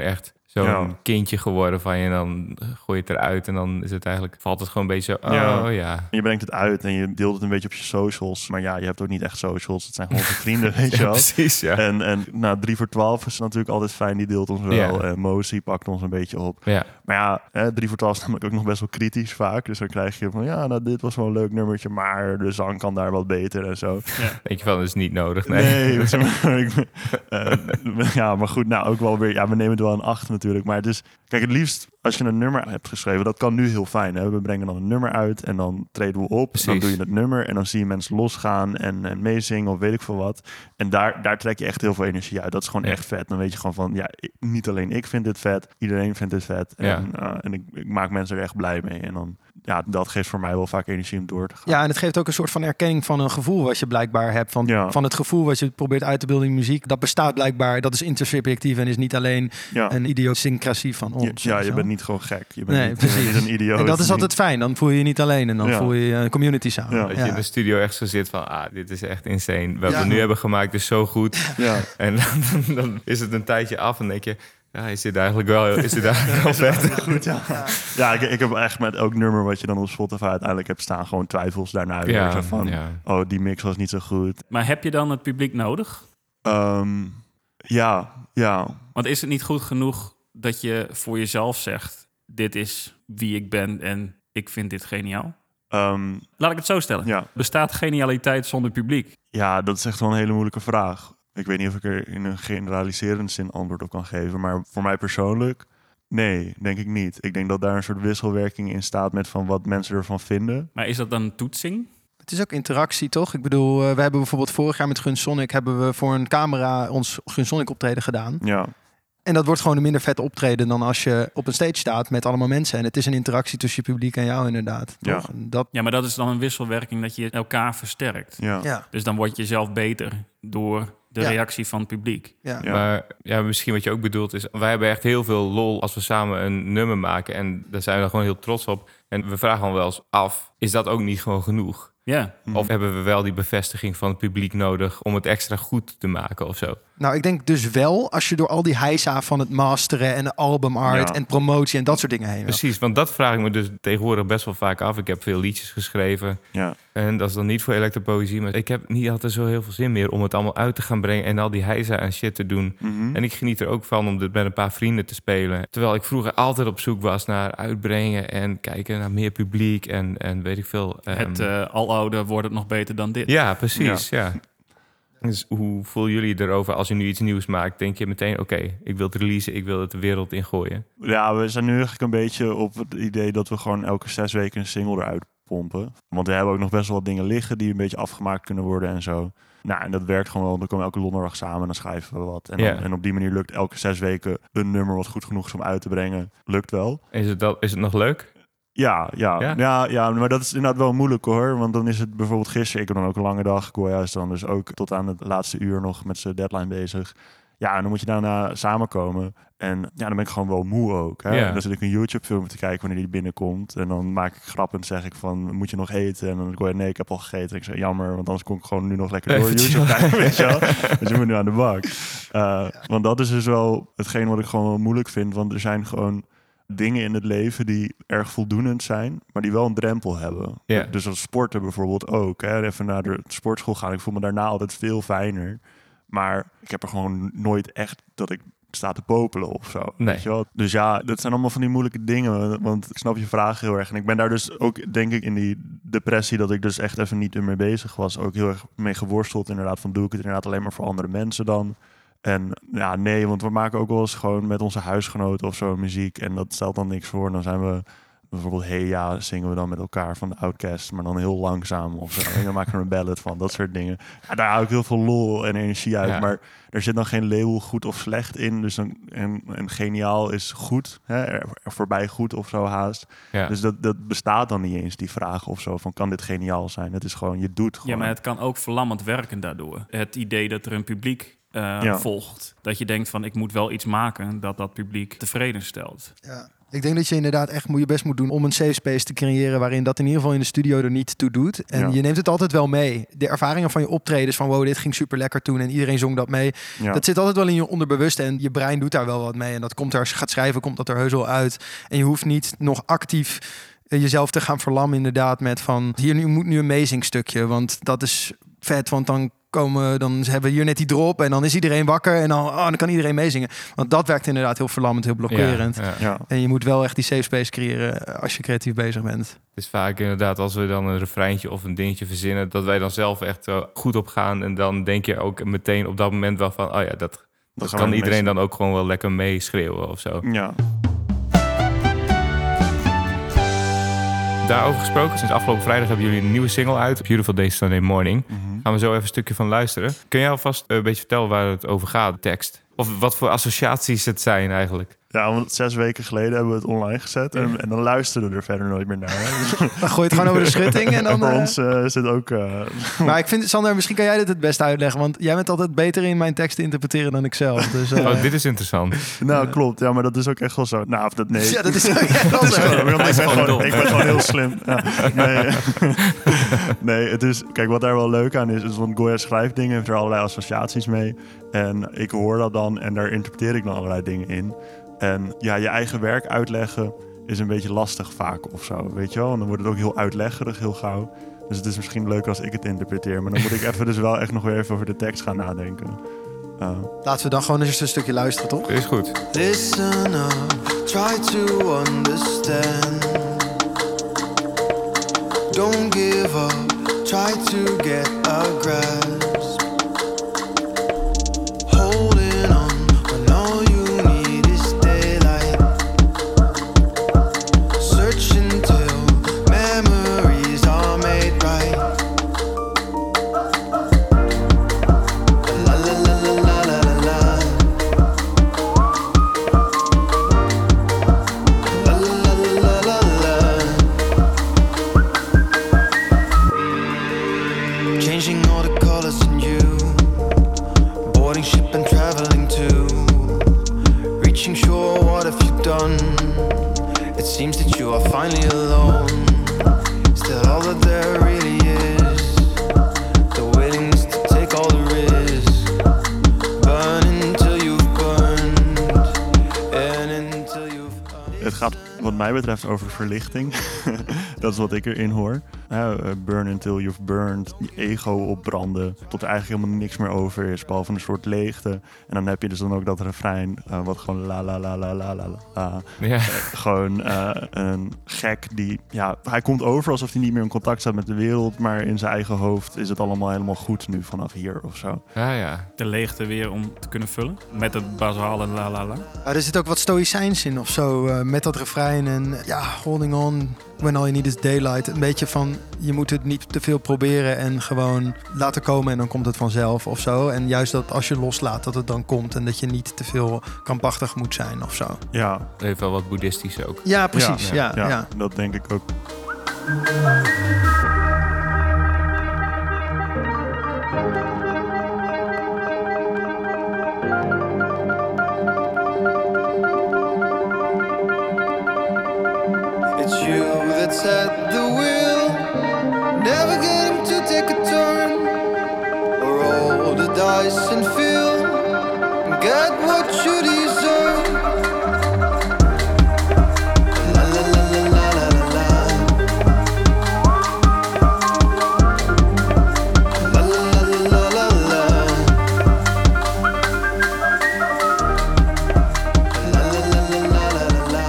A: zo'n
C: Ja.
A: kindje geworden van je. En dan gooi je het eruit en dan is het eigenlijk, valt het gewoon een beetje zo, oh ja.
C: Ja. Je brengt het uit en je deelt het een beetje op je socials. Maar ja, je hebt ook niet echt socials. Het zijn gewoon je vrienden, weet je
A: Ja,
C: wel.
A: precies, ja.
C: En, en nou, drie voor twaalf is natuurlijk altijd fijn. Die deelt ons wel.
A: Ja.
C: En Mozi pakt ons een beetje op.
A: ja.
C: Maar ja, hè, drie voor twaalf is namelijk ook nog best wel kritisch vaak. Dus dan krijg je van, ja, nou, dit was wel een leuk nummertje. Maar de zang kan daar wat beter en zo.
A: Denk je van, dat is niet nodig. Nee.
C: Nee, zeg maar, ik ben- eh, ja, maar goed, nou ook wel weer. Ja, we nemen het wel een acht natuurlijk. Maar dus, kijk, het liefst als je een nummer hebt geschreven, dat kan nu heel fijn. Hè? We brengen dan een nummer uit en dan treden we op.
A: Precies.
C: Dan doe je het nummer en dan zie je mensen losgaan en, en meezingen of weet ik veel wat. En daar, daar trek je echt heel veel energie uit. Dat is gewoon
A: Ja.
C: echt vet. Dan weet je gewoon van, ja, ik- niet alleen ik vind dit vet, iedereen vindt dit vet. En,
A: Ja.
C: eh, en ik, ik maak mensen er echt blij mee. En dan, ja, dat geeft voor mij wel vaak energie om door te gaan.
D: Ja, en het geeft ook een soort van erkenning van een gevoel wat je blijkbaar hebt. Van,
C: Ja.
D: van het gevoel wat je probeert uit te beelden in muziek. Dat bestaat blijkbaar, dat is intersubjectief en is niet alleen
C: Ja.
D: een idiosyncrasie van ons.
C: Ja, ja,
D: weet
C: je
D: wel.
C: bent niet gewoon gek. Je bent
D: Nee,
C: niet, je bent
D: precies.
C: niet een idioot.
D: En dat is
C: die-
D: altijd fijn. Dan voel je je niet alleen en dan
C: Ja.
D: voel je een community samen.
C: Ja.
A: Dat je in de studio echt zo zit van, ah, dit is echt insane. Wat
D: Ja.
A: we nu hebben gemaakt is zo goed.
C: Ja.
A: En dan, dan is het een tijdje af en denk je, ja, is dit eigenlijk wel, is dit eigenlijk wel vet?
C: Goed, ja. Ja, ik, ik heb echt met elk nummer wat je dan op Spotify uiteindelijk hebt staan, gewoon twijfels daarna. weer.
A: Ja,
C: Zo van,
A: ja.
C: oh, die mix was niet zo goed.
B: Maar heb je dan het publiek nodig?
C: Ehm, ja, ja.
B: Want is het niet goed genoeg dat je voor jezelf zegt, dit is wie ik ben en ik vind dit geniaal?
C: Ehm,
B: Laat ik het zo stellen.
C: ja.
B: Bestaat genialiteit zonder publiek?
C: Ja, dat is echt wel een hele moeilijke vraag. Ik weet niet of ik er in een generaliserend zin antwoord op kan geven, maar voor mij persoonlijk, nee, denk ik niet. Ik denk dat daar een soort wisselwerking in staat met van wat mensen ervan vinden.
B: Maar is dat dan een toetsing?
D: Het is ook interactie, toch? Ik bedoel, eh, we hebben bijvoorbeeld vorig jaar met Gunsonic hebben we voor een camera ons Gunsonic optreden gedaan.
C: Ja,
D: En dat wordt gewoon een minder vet optreden dan als je op een stage staat met allemaal mensen. En het is een interactie tussen je publiek en jou inderdaad.
C: Ja.
D: Toch? En dat,
B: Ja, maar dat is dan een wisselwerking dat je elkaar versterkt.
C: ja.
D: ja,
B: Dus dan word je zelf beter door de
D: Ja.
B: reactie van het publiek.
D: ja.
C: Ja.
A: Maar ja, misschien wat je ook bedoelt is, wij hebben echt heel veel lol als we samen een nummer maken. En daar zijn we gewoon heel trots op. En we vragen dan wel eens af, is dat ook niet gewoon genoeg?
B: Ja.
A: Of hebben we wel die bevestiging van het publiek nodig om het extra goed te maken of zo?
D: Nou, ik denk dus wel als je door al die heisa van het masteren en de albumart
C: Ja.
D: en promotie en dat soort dingen heen wil.
A: Precies, want dat vraag ik me dus tegenwoordig best wel vaak af. Ik heb veel liedjes geschreven
C: Ja.
A: en dat is dan niet voor elektropoëzie. Maar ik heb niet altijd zo heel veel zin meer om het allemaal uit te gaan brengen en al die heisa en shit te doen.
C: Mhm.
A: En ik geniet er ook van om dit met een paar vrienden te spelen. Terwijl ik vroeger altijd op zoek was naar uitbrengen en kijken naar meer publiek en, en weet ik veel. ehm,
B: Het uh, aloude wordt het nog beter dan dit.
A: Ja, precies, ja. Dus hoe voelen jullie erover als je nu iets nieuws maakt? Denk je meteen, oké, ik wil het releasen, ik wil het de wereld ingooien?
C: Ja, we zijn nu eigenlijk een beetje op het idee dat we gewoon elke zes weken een single eruit pompen. Want we hebben ook nog best wel wat dingen liggen die een beetje afgemaakt kunnen worden en zo. Nou, en dat werkt gewoon wel. Dan komen we elke donderdag samen en dan schrijven we wat. En, dan,
A: Ja.
C: en op die manier lukt elke zes weken een nummer wat goed genoeg is om uit te brengen. Lukt wel.
A: Is het, dat, is het nog leuk?
C: Ja, ja,
A: Ja?
C: ja? Ja, maar dat is inderdaad wel moeilijk hoor. Want dan is het bijvoorbeeld gisteren, ik heb dan ook een lange dag. Goya is dan dus ook tot aan het laatste uur nog met zijn deadline bezig. Ja, en dan moet je daarna samenkomen. En ja, dan ben ik gewoon wel moe ook. Hè?
A: Ja.
C: En dan zit ik een YouTube-film te kijken wanneer die binnenkomt. En dan maak ik grappend, zeg ik van, moet je nog eten? En dan gooi je, nee, ik heb al gegeten. Ik zeg, jammer, want anders kom ik gewoon nu nog lekker door
A: Even
C: YouTube
A: chillen.
C: kijken, weet je wel. Dus je moet nu aan de bak. Uh, want dat is dus wel hetgeen wat ik gewoon wel moeilijk vind. Want er zijn gewoon dingen in het leven die erg voldoenend zijn, maar die wel een drempel hebben.
A: Ja.
C: Dus als sporten bijvoorbeeld ook. Hè? Even naar de sportschool gaan. Ik voel me daarna altijd veel fijner. Maar ik heb er gewoon nooit echt dat ik sta te popelen of zo.
A: Nee.
C: Weet je wel? Dus ja, dat zijn allemaal van die moeilijke dingen. Want ik snap je vraag heel erg. En ik ben daar dus ook, denk ik, in die depressie dat ik dus echt even niet ermee bezig was. Ook heel erg mee geworsteld inderdaad. Van doe ik het inderdaad alleen maar voor andere mensen dan? En ja, nee, want we maken ook wel eens gewoon met onze huisgenoten of zo muziek. En dat stelt dan niks voor. Dan zijn we bijvoorbeeld Hey Ja, zingen we dan met elkaar van de Outkast. Maar dan heel langzaam of zo. En dan maken we er een ballad van, dat soort dingen. Ja, daar hou ik heel veel lol en energie uit.
A: Ja.
C: Maar er zit dan geen label goed of slecht in. Dus dan, en, en geniaal is goed. Hè? Er, er voorbij goed of zo haast.
A: Ja.
C: Dus dat, dat bestaat dan niet eens, die vraag of zo. Van kan dit geniaal zijn? Het is gewoon, je doet gewoon.
B: Ja, maar het kan ook verlammend werken daardoor. Het idee dat er een publiek uh,
C: Ja.
B: volgt. Dat je denkt van, ik moet wel iets maken dat dat publiek tevreden stelt.
D: Ja. Ik denk dat je inderdaad echt moet je best moet doen om een safe space te creëren waarin dat in ieder geval in de studio er niet toe doet. En
C: Ja.
D: je neemt het altijd wel mee. De ervaringen van je optredens van wow, dit ging super lekker toen en iedereen zong dat mee.
C: Ja.
D: Dat zit altijd wel in je onderbewuste en je brein doet daar wel wat mee. En dat komt er, als je gaat schrijven, komt dat er heus wel uit. En je hoeft niet nog actief eh, jezelf te gaan verlammen inderdaad met van hier nu moet nu een amazing stukje, want dat is vet, want dan komen, dan hebben we hier net die drop en dan is iedereen wakker en dan, oh, dan kan iedereen meezingen. Want dat werkt inderdaad heel verlammend, heel blokkerend.
A: Ja, ja.
C: Ja.
D: En je moet wel echt die safe space creëren als je creatief bezig bent.
A: Het is vaak inderdaad als we dan een refreintje of een dingetje verzinnen, dat wij dan zelf echt uh, goed op gaan. En dan denk je ook meteen op dat moment wel van, oh ja, dat, dat
C: gaan we
A: kan
C: mee
A: iedereen
C: zingen.
A: dan ook gewoon wel lekker meeschreeuwen of zo.
C: Ja.
A: Daarover gesproken, sinds afgelopen vrijdag hebben jullie een nieuwe single uit, Beautiful Day Sunday Morning.
C: Mhm.
A: Gaan we zo even een stukje van luisteren. Kun jij alvast een beetje vertellen waar het over gaat, de tekst? Of wat voor associaties het zijn eigenlijk?
C: Ja, want zes weken geleden hebben we het online gezet. En, en dan luisterden we er verder nooit meer naar. Hè. Dus
D: Dan gooi je het gewoon over de schutting en dan...
C: voor
D: eh,
C: ons uh, is het ook... Uh,
D: Maar ik vind, Sander, misschien kan jij dit het beste uitleggen. Want jij bent altijd beter in mijn tekst te interpreteren dan ik zelf. Dus, uh,
A: Oh, dit is interessant.
C: nou, klopt. Ja, maar dat is ook echt wel zo. Nou, of dat nee.
D: Ja, dat is ook echt wel
C: Dat is
D: zo.
C: gewoon- want ik, ben
A: gewoon
C: gewoon,
A: dom.
C: ik ben gewoon heel slim. Ja, nee. nee, het is... Kijk, wat daar wel leuk aan is... is want Goya schrijft dingen, heeft er allerlei associaties mee. En ik hoor dat dan en daar interpreteer ik dan allerlei dingen in. En ja, je eigen werk uitleggen is een beetje lastig vaak of zo, weet je wel? En dan wordt het ook heel uitleggerig, heel gauw. Dus het is misschien leuk als ik het interpreteer. Maar dan moet ik even dus wel echt nog weer even over de tekst gaan nadenken. Uh,
D: Laten we dan gewoon eens een stukje luisteren, toch?
A: Is goed.
E: Listen up, try to understand. Don't give up, try to get a grasp. Holding on when all you need is daylight. Search until memories are made right. La la la la la la la la. La la la la la la. Changing all the colors in you. Boarding ship and traveling too. Reaching shore, what have you done? It seems that you are finally alone. Still all that there really is. The willingness to take all the risks. Burn until you've burned. And until you've earned.
C: het gaat wat mij betreft over verlichting. Dat is wat ik erin hoor. Uh, burn until you've burned. Je ego opbranden. Tot er eigenlijk helemaal niks meer over is. Behalve een soort leegte. En dan heb je dus dan ook dat refrein. Uh, wat gewoon la la la la la la la.
A: Ja.
C: Uh, gewoon uh, een gek die... Ja, hij komt over alsof hij niet meer in contact staat met de wereld. Maar in zijn eigen hoofd is het allemaal helemaal goed nu vanaf hier of zo.
A: Ja, ja.
B: De leegte weer om te kunnen vullen. Met het basale la la la.
D: Maar er zit ook wat stoïcijns in of zo. Uh, met dat refrein en ja, holding on when all you need is daylight. Een beetje van, je moet het niet te veel proberen en gewoon laten komen en dan komt het vanzelf of zo. En juist dat als je loslaat, dat het dan komt en dat je niet te veel krampachtig moet zijn of zo.
C: Ja,
A: Het heeft wel wat boeddhistisch ook.
D: Ja, precies.
C: Ja,
D: Ja, ja,
C: ja, dat denk ik ook.
E: It's you that's at the wheel. Never get him to take a turn. Or roll the dice and feel. Get what you deserve. La la la la la la la la. La la la la la la. La la la la la la la.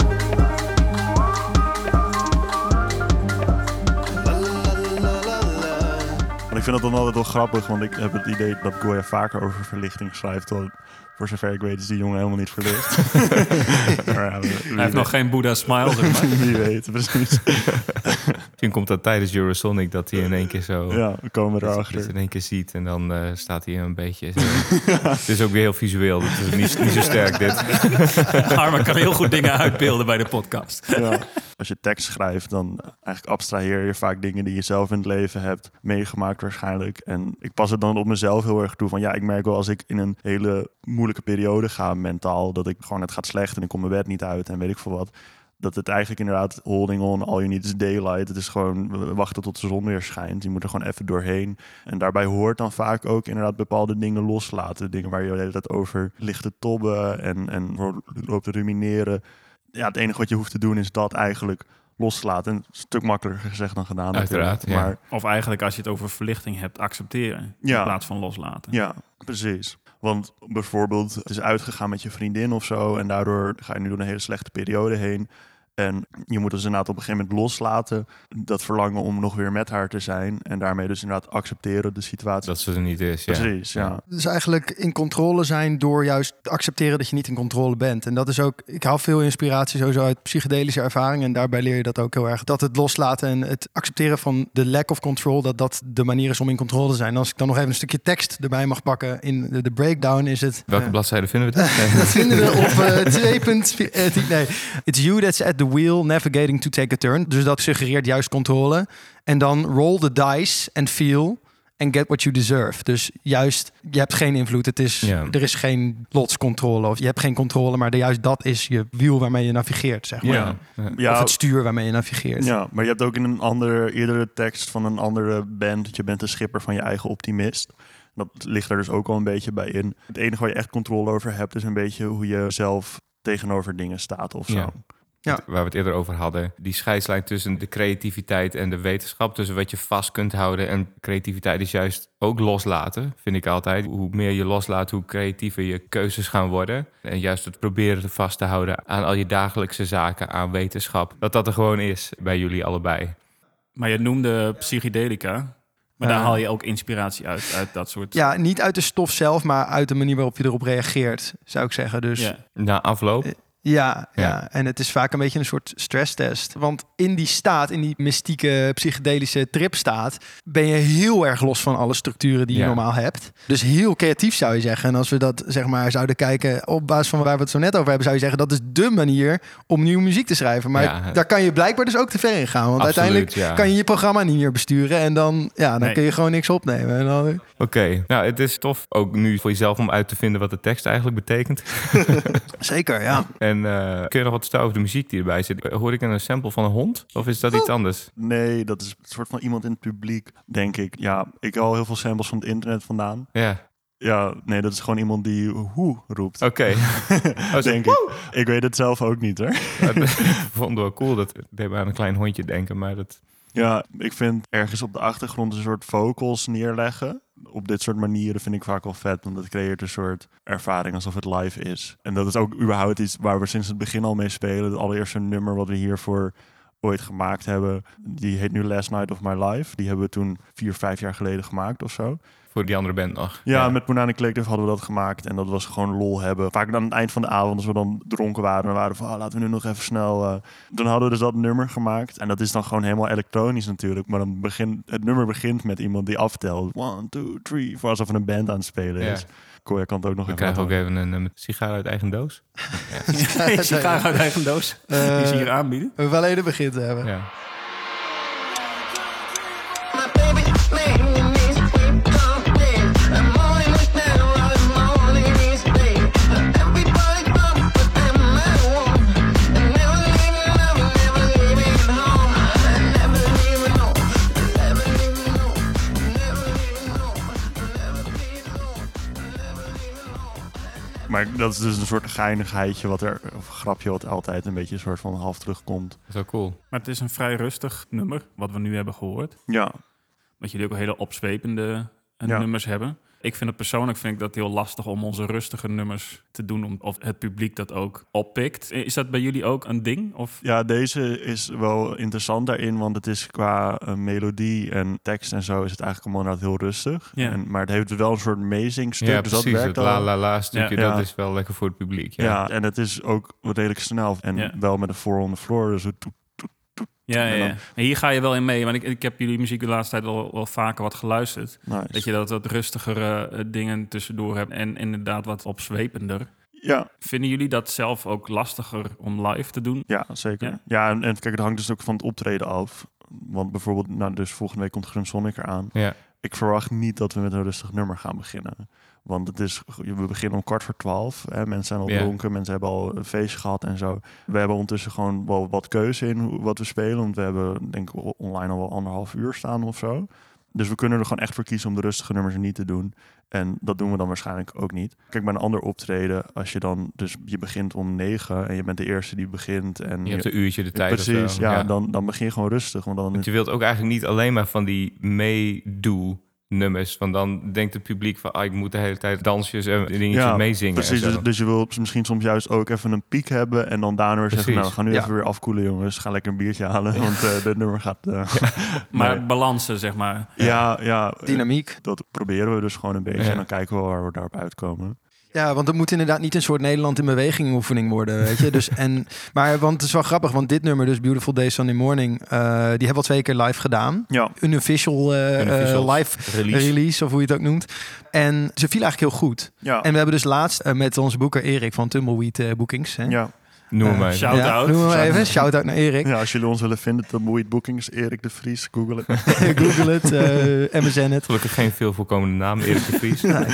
C: Maar ik vind dat dan altijd wel grappig, want ik heb het idee dat Goya vaker over verlichting schrijft. Terwijl, voor zover ik weet is die jongen helemaal niet verlicht. Maar ja, wie
B: Hij heeft nog geen Buddha smile, zeg maar.
C: Wie weet, precies.
A: Zie Misschien komt dat tijdens Eurosonic dat hij in één keer zo...
C: Ja, we komen
A: dat je
C: erachter.
A: het in één keer ziet en dan uh, staat hij een beetje... Zo. Het is ook weer heel visueel. Het is niet, niet zo sterk, dit.
B: Arman kan heel goed dingen uitbeelden bij de podcast.
C: Ja. Als je tekst schrijft, dan eigenlijk abstraheer je vaak dingen die je zelf in het leven hebt meegemaakt waarschijnlijk. En ik pas het dan op mezelf heel erg toe van ja, ik merk wel als ik in een hele moeilijke periode ga mentaal, dat ik gewoon het gaat slecht en ik kom mijn bed niet uit en weet ik veel wat. Dat het eigenlijk inderdaad holding on, all you need is daylight. Het is gewoon wachten tot de zon weer schijnt. Je moet er gewoon even doorheen. En daarbij hoort dan vaak ook inderdaad bepaalde dingen loslaten. Dingen waar je de hele tijd over ligt te tobben en, en loopt te rumineren. Ja, het enige wat je hoeft te doen is dat eigenlijk loslaten. En een stuk makkelijker gezegd dan gedaan.
A: Uiteraard, ja.
C: Maar
B: Of eigenlijk als je het over verlichting hebt, accepteren
C: Ja.
B: in plaats van loslaten.
C: ja, precies. Want bijvoorbeeld, het is uitgegaan met je vriendin of zo en daardoor ga je nu door een hele slechte periode heen. En je moet dus inderdaad op een gegeven moment loslaten dat verlangen om nog weer met haar te zijn. En daarmee dus inderdaad accepteren de situatie.
A: Dat ze er niet is, ja.
C: Precies, ja.
D: Dus eigenlijk in controle zijn door juist te accepteren dat je niet in controle bent. En dat is ook, ik haal veel inspiratie sowieso uit psychedelische ervaringen. En daarbij leer je dat ook heel erg. Dat het loslaten en het accepteren van de lack of control, dat dat de manier is om in controle te zijn. En als ik dan nog even een stukje tekst erbij mag pakken in de, de breakdown is het...
A: Welke
D: uh,
A: bladzijde vinden we dat?
D: dat vinden we op uh, twee punt vier. Nee, it's you that's at the wheel navigating to take a turn. Dus dat suggereert juist controle. En dan roll the dice and feel and get what you deserve. Dus juist, je hebt geen invloed. Het is,
A: Ja.
D: Er is geen lotscontrole of je hebt geen controle, maar de, juist dat is je wiel waarmee je navigeert, zeg maar.
A: Ja. Ja.
C: Ja,
D: Of het stuur waarmee je navigeert.
C: ja, maar je hebt ook in een andere, eerdere tekst van een andere band dat je bent de schipper van je eigen optimist. Dat ligt er dus ook al een beetje bij in. Het enige waar je echt controle over hebt is een beetje hoe je zelf tegenover dingen staat of zo.
A: Ja.
D: Ja.
A: Waar we het eerder over hadden. Die scheidslijn tussen de creativiteit en de wetenschap. Tussen wat je vast kunt houden. En creativiteit is juist ook loslaten, vind ik altijd. Hoe meer je loslaat, hoe creatiever je keuzes gaan worden. En juist het proberen vast te houden aan al je dagelijkse zaken, aan wetenschap. Dat dat er gewoon is bij jullie allebei.
B: Maar je noemde psychedelica. Maar daar
D: Uh,
B: haal je ook inspiratie uit, uit dat soort...
D: Ja, niet uit de stof zelf, maar uit de manier waarop je erop reageert, zou ik zeggen. Dus
B: Ja.
A: Na afloop.
D: Ja, ja.
A: Ja.
D: En het is vaak een beetje een soort stresstest. Want in die staat, in die mystieke psychedelische tripstaat, ben je heel erg los van alle structuren die je
A: Ja.
D: normaal hebt. Dus heel creatief zou je zeggen. En als we dat zeg maar zouden kijken op basis van waar we het zo net over hebben, zou je zeggen dat is dé manier om nieuwe muziek te schrijven. Maar
A: Ja.
D: daar kan je blijkbaar dus ook te ver in gaan. Want
A: Absoluut,
D: uiteindelijk
A: ja.
D: kan je je programma niet meer besturen en dan, ja, dan
B: Nee.
D: kun je gewoon niks opnemen. En dan,
A: Oké, okay. Nou, het is tof ook nu voor jezelf om uit te vinden wat de tekst eigenlijk betekent.
D: zeker, ja.
A: En uh, kun je nog wat vertellen over de muziek die erbij zit? Hoor ik een sample van een hond? Of is dat iets anders?
C: Nee, dat is een soort van iemand in het publiek, denk ik. Ja, ik haal heel veel samples van het internet vandaan.
A: Ja,
C: Ja, nee, dat is gewoon iemand die hoe roept.
A: oké. Okay. Oh,
C: denk ik. Ik weet het zelf ook niet, hoor.
A: Ik vond het wel cool. Dat deed me aan een klein hondje denken, maar dat...
C: Ja, ik vind ergens op de achtergrond een soort vocals neerleggen. Op dit soort manieren vind ik vaak wel vet. Want dat creëert een soort ervaring alsof het live is. En dat is ook überhaupt iets waar we sinds het begin al mee spelen. Het allereerste nummer wat we hiervoor ooit gemaakt hebben. Die heet nu Last Night of My Life. Die hebben we toen vier, vijf jaar geleden gemaakt of zo.
A: Voor die andere band nog.
C: Ja, met Punani Collective hadden we dat gemaakt. En dat was gewoon lol hebben. Vaak aan het eind van de avond, als we dan dronken waren... en waren van, oh, laten we nu nog even snel... Uh... Dan hadden we dus dat nummer gemaakt. En dat is dan gewoon helemaal elektronisch natuurlijk. Maar dan begint het nummer begint met iemand die aftelt. One, two, three. Voor alsof er een band aan het spelen is.
A: Ja.
C: Cool, je kan het ook nog
A: We
C: even...
A: krijgen ook even een, een sigaar uit eigen doos.
B: Ja. Sigaar uit eigen doos.
D: Uh,
B: Die ze hier aanbieden.
D: We wel even begin te hebben.
A: Ja.
C: Maar dat is dus een soort geinigheidje wat er, of grapje wat altijd een beetje een soort van half terugkomt.
A: Dat is wel cool.
B: Maar het is een vrij rustig nummer, wat we nu hebben gehoord.
C: Ja.
B: Dat jullie ook hele opzwepende uh,
C: Ja.
B: nummers hebben. Ik vind het persoonlijk vind ik dat heel lastig om onze rustige nummers te doen, om, of het publiek dat ook oppikt. Is dat bij jullie ook een ding? Of?
C: Ja, deze is wel interessant daarin, want het is qua uh, melodie en tekst en zo is het eigenlijk allemaal inderdaad heel rustig.
B: Ja.
C: En, maar het heeft wel een soort mezingstuk,
A: Ja,
C: dus
A: precies.
C: dat werkt
A: Het
C: al.
A: la la la stukje,
C: Ja.
A: dat
C: Ja.
A: is wel lekker voor het publiek. Ja,
C: Ja, en het is ook redelijk snel en
B: Ja.
C: wel met een four on the floor, dus het toet, toet,
B: Ja, ja,
C: En
B: ja.
C: dan-
B: En hier ga je wel in mee. Want ik, ik heb jullie muziek de laatste tijd wel, wel vaker wat geluisterd.
C: Nice.
B: Dat je dat wat rustigere uh, dingen tussendoor hebt. En inderdaad wat opzwepender.
C: Ja,
B: Vinden jullie dat zelf ook lastiger om live te doen?
C: ja, zeker.
B: Ja.
C: Ja, en, en kijk, het hangt dus ook van het optreden af. Want bijvoorbeeld, nou, dus volgende week komt Grim Sonic eraan.
A: Ja.
C: Ik verwacht niet dat we met een rustig nummer gaan beginnen. Want het is, we beginnen om kwart voor twaalf. Hè. Mensen zijn al
A: Ja.
C: dronken, mensen hebben al een feestje gehad en zo. We hebben ondertussen gewoon wel wat keuze in hoe, wat we spelen. Want we hebben, denk ik, online al wel anderhalf uur staan of zo. Dus we kunnen er gewoon echt voor kiezen om de rustige nummers niet te doen. En dat doen we dan waarschijnlijk ook niet. Kijk, bij een ander optreden, als je dan dus je begint om negen en je bent de eerste die begint. En
A: Je hebt een uurtje de tijd of
C: precies,
A: zo.
C: ja, Dan, dan begin je gewoon rustig. Want dan
A: Want je wilt ook eigenlijk niet alleen maar van die meedoe nummers. Want dan denkt het publiek van, ah, ik moet de hele tijd dansjes en dingetjes
C: Ja,
A: meezingen.
C: precies,
A: en zo.
C: dus, dus je wil misschien soms juist ook even een piek hebben en dan daarna weer zeggen,
A: Precies.
C: nou, we gaan nu
D: Ja.
C: even weer afkoelen, jongens. Ga lekker een biertje halen, want uh, dit nummer gaat... Uh,
B: Maar
C: nee.
B: balansen, zeg maar.
C: ja, ja,
D: Dynamiek.
C: dat proberen we dus gewoon een beetje
A: Ja.
C: en dan kijken we waar we daarop uitkomen.
D: Ja, want het moet inderdaad niet een soort Nederland in beweging oefening worden, weet je. Dus, en, maar want het is wel grappig, want dit nummer, dus Beautiful Day Sunday Morning, uh, die hebben we al twee keer live gedaan.
C: Ja,
D: Unofficial uh,
A: Unofficial
D: uh, live
A: release.
D: release. of hoe je het ook noemt. En ze viel eigenlijk heel goed.
C: ja,
D: En we hebben dus laatst uh, met onze boeker Erik van Tumbleweed uh, Bookings. Hè?
C: ja.
A: Noem
D: Uh,
A: maar.
B: shout- Shout-out.
D: Ja, noem maar even.
C: Shout-out.
D: Shout-out naar Erik.
C: Ja, als jullie ons willen vinden, dan moet je het boekings Erik de Vries, google het.
D: Google het, uh, M S N het.
A: Gelukkig geen veel voorkomende naam, Erik de Vries.
D: Nee,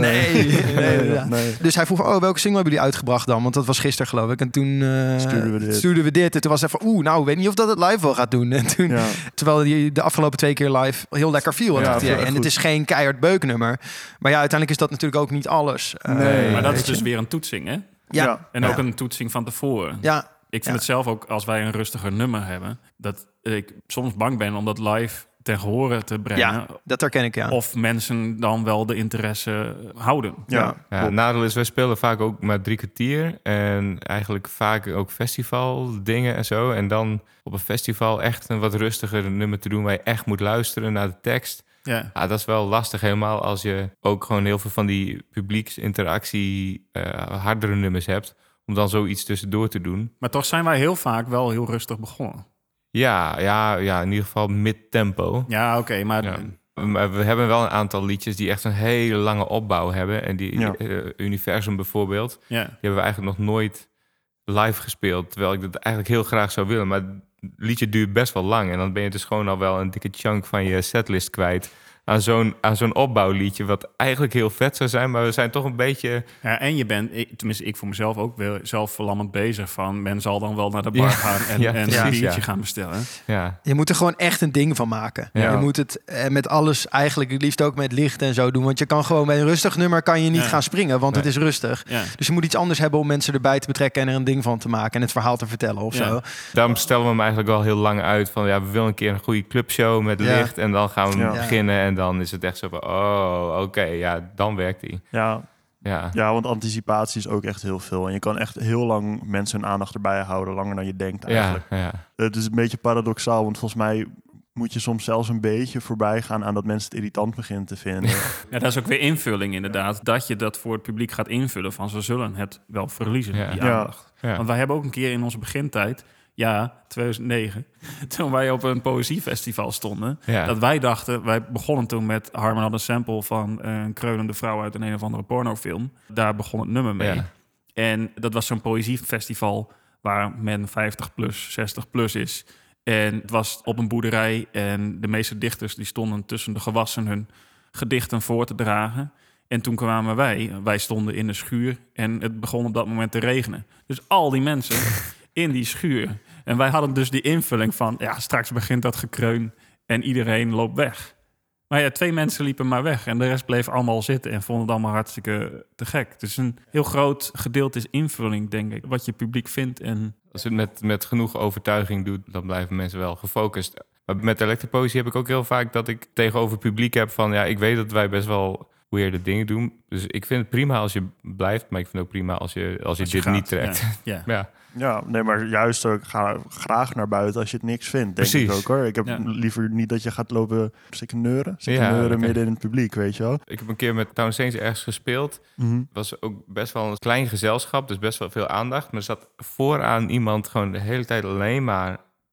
D: nee, nee, ja.
C: nee.
D: Dus hij vroeg, oh, welke single hebben jullie uitgebracht dan? Want dat was gisteren, geloof ik. En toen uh,
C: Stuurden we dit.
D: stuurden we dit. En toen was hij van, oeh, nou, ik weet niet of dat het live wel gaat doen. En toen,
C: Ja.
D: terwijl die de afgelopen twee keer live heel lekker viel.
C: Ja,
D: dacht hij.
C: heel
D: En
C: goed.
D: het is geen keihard beuknummer. Maar ja, uiteindelijk is dat natuurlijk ook niet alles. Uh,
C: Nee.
B: Maar dat
D: weet
B: is dus
D: je.
B: weer een toetsing, hè?
D: Ja,
C: Ja.
B: En
D: Ja.
B: ook een toetsing van tevoren.
D: ja,
B: Ik vind
D: Ja.
B: het zelf ook, als wij een rustiger nummer hebben, dat ik soms bang ben om dat live ten gehore te brengen.
D: ja, dat herken ik, ja.
B: Of mensen dan wel de interesse houden.
C: Ja,
D: Ja.
A: Ja, het
C: klopt.
A: nadeel is, wij spelen vaak ook maar drie kwartier. En eigenlijk vaak ook festivaldingen en zo. En dan op een festival echt een wat rustiger nummer te doen waar je echt moet luisteren naar de tekst.
B: Ja.
A: Ja, dat is wel lastig helemaal als je ook gewoon heel veel van die publieksinteractie uh, hardere nummers hebt. Om dan zoiets tussendoor te doen.
B: Maar toch zijn wij heel vaak wel heel rustig begonnen.
A: Ja, ja, ja in ieder geval mid-tempo.
B: Ja, oké, maar
A: Ja. Maar we hebben wel een aantal liedjes die echt een hele lange opbouw hebben. En die
C: Ja.
A: uh, Universum bijvoorbeeld,
B: ja.
A: die hebben we eigenlijk nog nooit live gespeeld. Terwijl ik dat eigenlijk heel graag zou willen. Maar het liedje duurt best wel lang. En dan ben je dus gewoon al wel een dikke chunk van je setlist kwijt. Aan zo'n, aan zo'n opbouwliedje, wat eigenlijk heel vet zou zijn. Maar we zijn toch een beetje...
B: Ja, en je bent, ik, tenminste ik voor mezelf ook wel zelf verlammend bezig van... men zal dan wel naar de bar
A: Ja.
B: gaan en,
A: Ja,
B: en
A: precies,
B: een biertje
A: ja.
B: gaan bestellen.
A: Ja,
D: Je moet er gewoon echt een ding van maken.
A: Ja.
D: Je moet het eh, met alles, eigenlijk het liefst ook met licht en zo doen. Want je kan gewoon bij een rustig nummer kan je niet
B: Ja.
D: gaan springen, want
A: Nee.
D: het is rustig.
B: Ja.
D: Dus je moet iets anders hebben om mensen erbij te betrekken en er een ding van te maken en het verhaal te vertellen of
B: Ja.
D: zo.
A: daarom stellen we hem eigenlijk al heel lang uit. Van ja, we willen een keer een goede clubshow met
D: Ja.
A: licht. En dan gaan we hem
C: Ja.
A: beginnen. En dan is het echt zo van, oh, oké, ja, dan werkt hij.
C: Ja,
A: Ja.
C: ja, want anticipatie is ook echt heel veel. En je kan echt heel lang mensen hun aandacht erbij houden, langer dan je denkt
A: Ja,
C: eigenlijk.
A: ja.
C: Het is een beetje paradoxaal, want volgens mij moet je soms zelfs een beetje voorbij gaan aan dat mensen het irritant beginnen te vinden.
B: Ja, dat is ook weer invulling inderdaad. Dat je dat voor het publiek gaat invullen van ze zullen het wel verliezen,
A: Ja.
B: die
C: Ja.
B: aandacht.
A: Ja.
B: Want wij hebben ook een keer in onze begintijd, ja, tweeduizend negen, toen wij op een poëziefestival stonden,
A: Ja.
B: dat wij dachten, wij begonnen toen met Harman had een sample van een kreunende vrouw uit een een of andere pornofilm. Daar begon het nummer mee.
A: Ja.
B: En dat was zo'n poëziefestival waar men vijftig plus, zestig plus is. En het was op een boerderij en de meeste dichters die stonden tussen de gewassen hun gedichten voor te dragen. En toen kwamen wij, wij stonden in de schuur en het begon op dat moment te regenen. Dus al die mensen in die schuur. En wij hadden dus die invulling van, ja, straks begint dat gekreun en iedereen loopt weg. Maar ja, twee mensen liepen maar weg en de rest bleef allemaal zitten en vonden het allemaal hartstikke te gek. Dus een heel groot gedeelte is invulling, denk ik, wat je publiek vindt. En
A: Als je het met, met genoeg overtuiging doet, dan blijven mensen wel gefocust. Maar met elektropoëzie heb ik ook heel vaak dat ik tegenover het publiek heb van... ja, ik weet dat wij best wel weirde dingen doen. Dus ik vind het prima als je blijft, maar ik vind het ook prima als je, als je
B: als je
A: dit
B: gaat,
A: niet trekt.
B: Ja, ja.
A: Ja.
C: Ja, nee, maar juist ook ga graag naar buiten als je het niks vindt, denk
A: Precies.
C: ik ook hoor. Ik heb
B: Ja.
C: liever niet dat je gaat lopen stikken neuren, stikken
A: Ja,
C: neuren
A: lekker.
C: midden in het publiek, weet je wel.
A: Ik heb een keer met Town Saints ergens gespeeld. Het was ook best wel een klein gezelschap, dus best wel veel aandacht. Maar er zat vooraan iemand gewoon de hele tijd alleen maar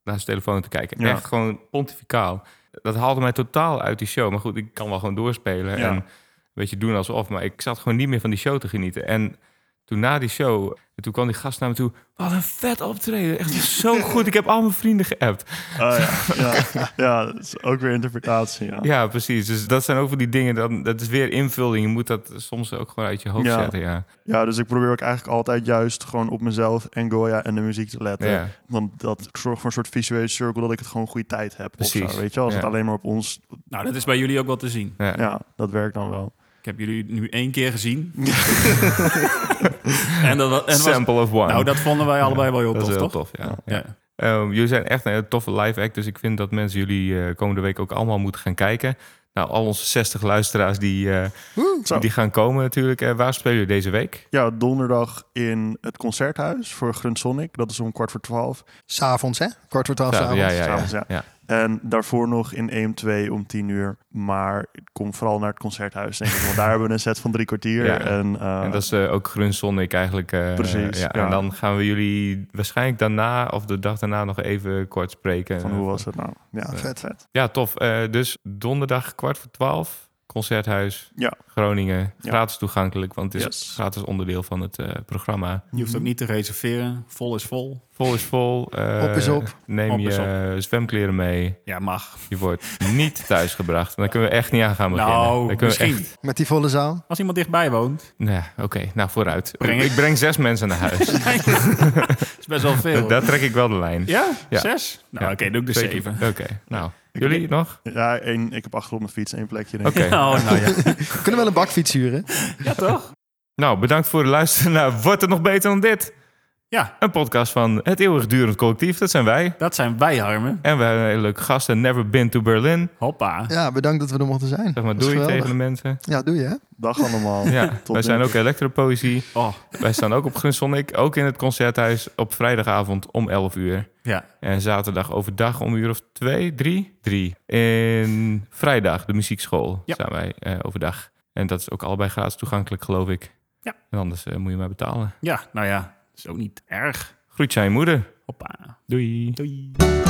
A: naar zijn telefoon te kijken.
C: Ja.
A: Echt gewoon pontificaal. Dat haalde mij totaal uit die show. Maar goed, ik kan wel gewoon doorspelen
C: Ja.
A: en een beetje doen alsof. Maar ik zat gewoon niet meer van die show te genieten. En toen na die show, toen kwam die gast naar me toe. Wat een vet optreden. Echt zo goed. Ik heb al mijn vrienden geappt.
C: Oh, ja. Ja. ja, dat is ook weer interpretatie. Ja.
A: Ja, precies. Dus dat zijn ook van die dingen. Dat, dat is weer invulling. Je moet dat soms ook gewoon uit je hoofd
C: Ja.
A: zetten. Ja.
C: ja, dus ik probeer ook eigenlijk altijd juist gewoon op mezelf en Goya en de muziek te letten.
A: Ja.
C: Want dat zorgt voor een soort visuele cirkel dat ik het gewoon goede tijd heb. Of
A: Precies.
C: zo, weet je, als
A: Ja.
C: het alleen maar op ons...
B: Nou, dat is bij jullie ook wel te zien.
A: Ja.
C: Ja, dat werkt dan wel.
B: Ik heb jullie nu één keer gezien. en dat, wa- en was,
A: Sample of one.
B: nou, dat vonden wij allebei wel heel
A: dat is
B: tof,
A: heel
B: toch?
A: tof, ja.
B: Ja.
A: Um, jullie zijn echt een hele toffe live act. Dus ik vind dat mensen jullie uh, komende week ook allemaal moeten gaan kijken. Nou, al onze zestig luisteraars die, uh,
C: Zo.
A: die gaan komen natuurlijk. Uh, waar spelen jullie deze week?
C: Ja, donderdag in het Concerthuis voor Grunsonic. Dat is om kwart voor twaalf.
D: S'avonds, hè? Kwart voor twaalf
A: Ja,
D: s'avonds.
A: ja, ja, ja,
C: s'avonds, ja.
A: ja.
C: En daarvoor nog in E M twee om tien uur. Maar ik kom vooral naar het Concerthuis, denk ik. Want daar hebben we een set van drie kwartier.
A: Ja.
C: En, uh,
A: En dat is uh, ook Grunsonic eigenlijk. Uh,
C: Precies,
A: Ja.
C: ja.
A: En dan gaan we jullie waarschijnlijk daarna of de dag daarna nog even kort spreken.
C: van hoe was het nou? Ja,
D: vet.
C: vet. vet.
A: Ja, tof. Uh, dus donderdag kwart voor twaalf. Concerthuis
C: Ja.
A: Groningen.
C: Ja.
A: Gratis toegankelijk, want het is
C: Yes.
A: gratis onderdeel van het uh, programma.
B: Je hoeft ook niet te reserveren. Vol is vol.
A: Vol is vol. Uh,
D: Op is op.
A: Neem
B: Op is
A: je zwemkleren mee.
B: Ja, mag.
A: Je wordt niet thuisgebracht. Dan kunnen we echt niet aan gaan beginnen.
B: Nou,
A: Dan kunnen we
B: misschien.
A: echt...
D: Met die volle zaal.
B: Als iemand dichtbij woont.
A: Nee, oké. Okay, nou, vooruit.
B: Breng
A: ik
B: ik-
A: breng zes mensen naar huis.
B: Dat is best wel veel.
A: Daar trek ik wel de lijn.
B: Ja?
A: Ja.
B: Zes? Nou,
A: Ja.
B: oké, doe ik de
A: Zeker.
B: zeven.
A: Oké, nou. Jullie nog?
C: Ja, één, ik heb achter op mijn fiets één plekje. Denk
A: Oké.
C: ik.
B: Oh, nou ja.
D: Kunnen we wel een bakfiets huren?
B: Ja, toch?
A: Nou, bedankt voor het luisteren naar Wordt het nog beter dan dit?
B: Ja,
A: Een podcast van Het Eeuwigdurend Collectief. Dat zijn wij.
B: dat zijn wij, Harmen.
A: En we hebben een hele leuke gasten. Never been to Berlin.
B: Hoppa.
D: Ja, bedankt dat we er mochten zijn.
A: Zeg maar
D: Dat is
A: doei
D: geweldig.
A: tegen de mensen.
D: Ja, doe je, hè?
C: Dag allemaal.
A: Ja,
C: Tot
A: wij zijn ook
C: dinsdag.
A: elektropoëzie.
B: Oh,
A: Wij staan ook op Grunsonic. Ook in het Concerthuis op vrijdagavond om elf uur.
B: ja.
A: En zaterdag overdag om een uur of twee, drie? Drie. En vrijdag, de muziekschool,
B: Ja.
A: zijn wij uh, overdag. En dat is ook allebei gratis toegankelijk, geloof ik.
B: Ja.
A: En anders uh, moet je maar betalen.
B: Ja, nou ja. Dat is ook niet erg.
A: Groetje aan je moeder.
B: Hoppa.
A: Doei.
B: Doei.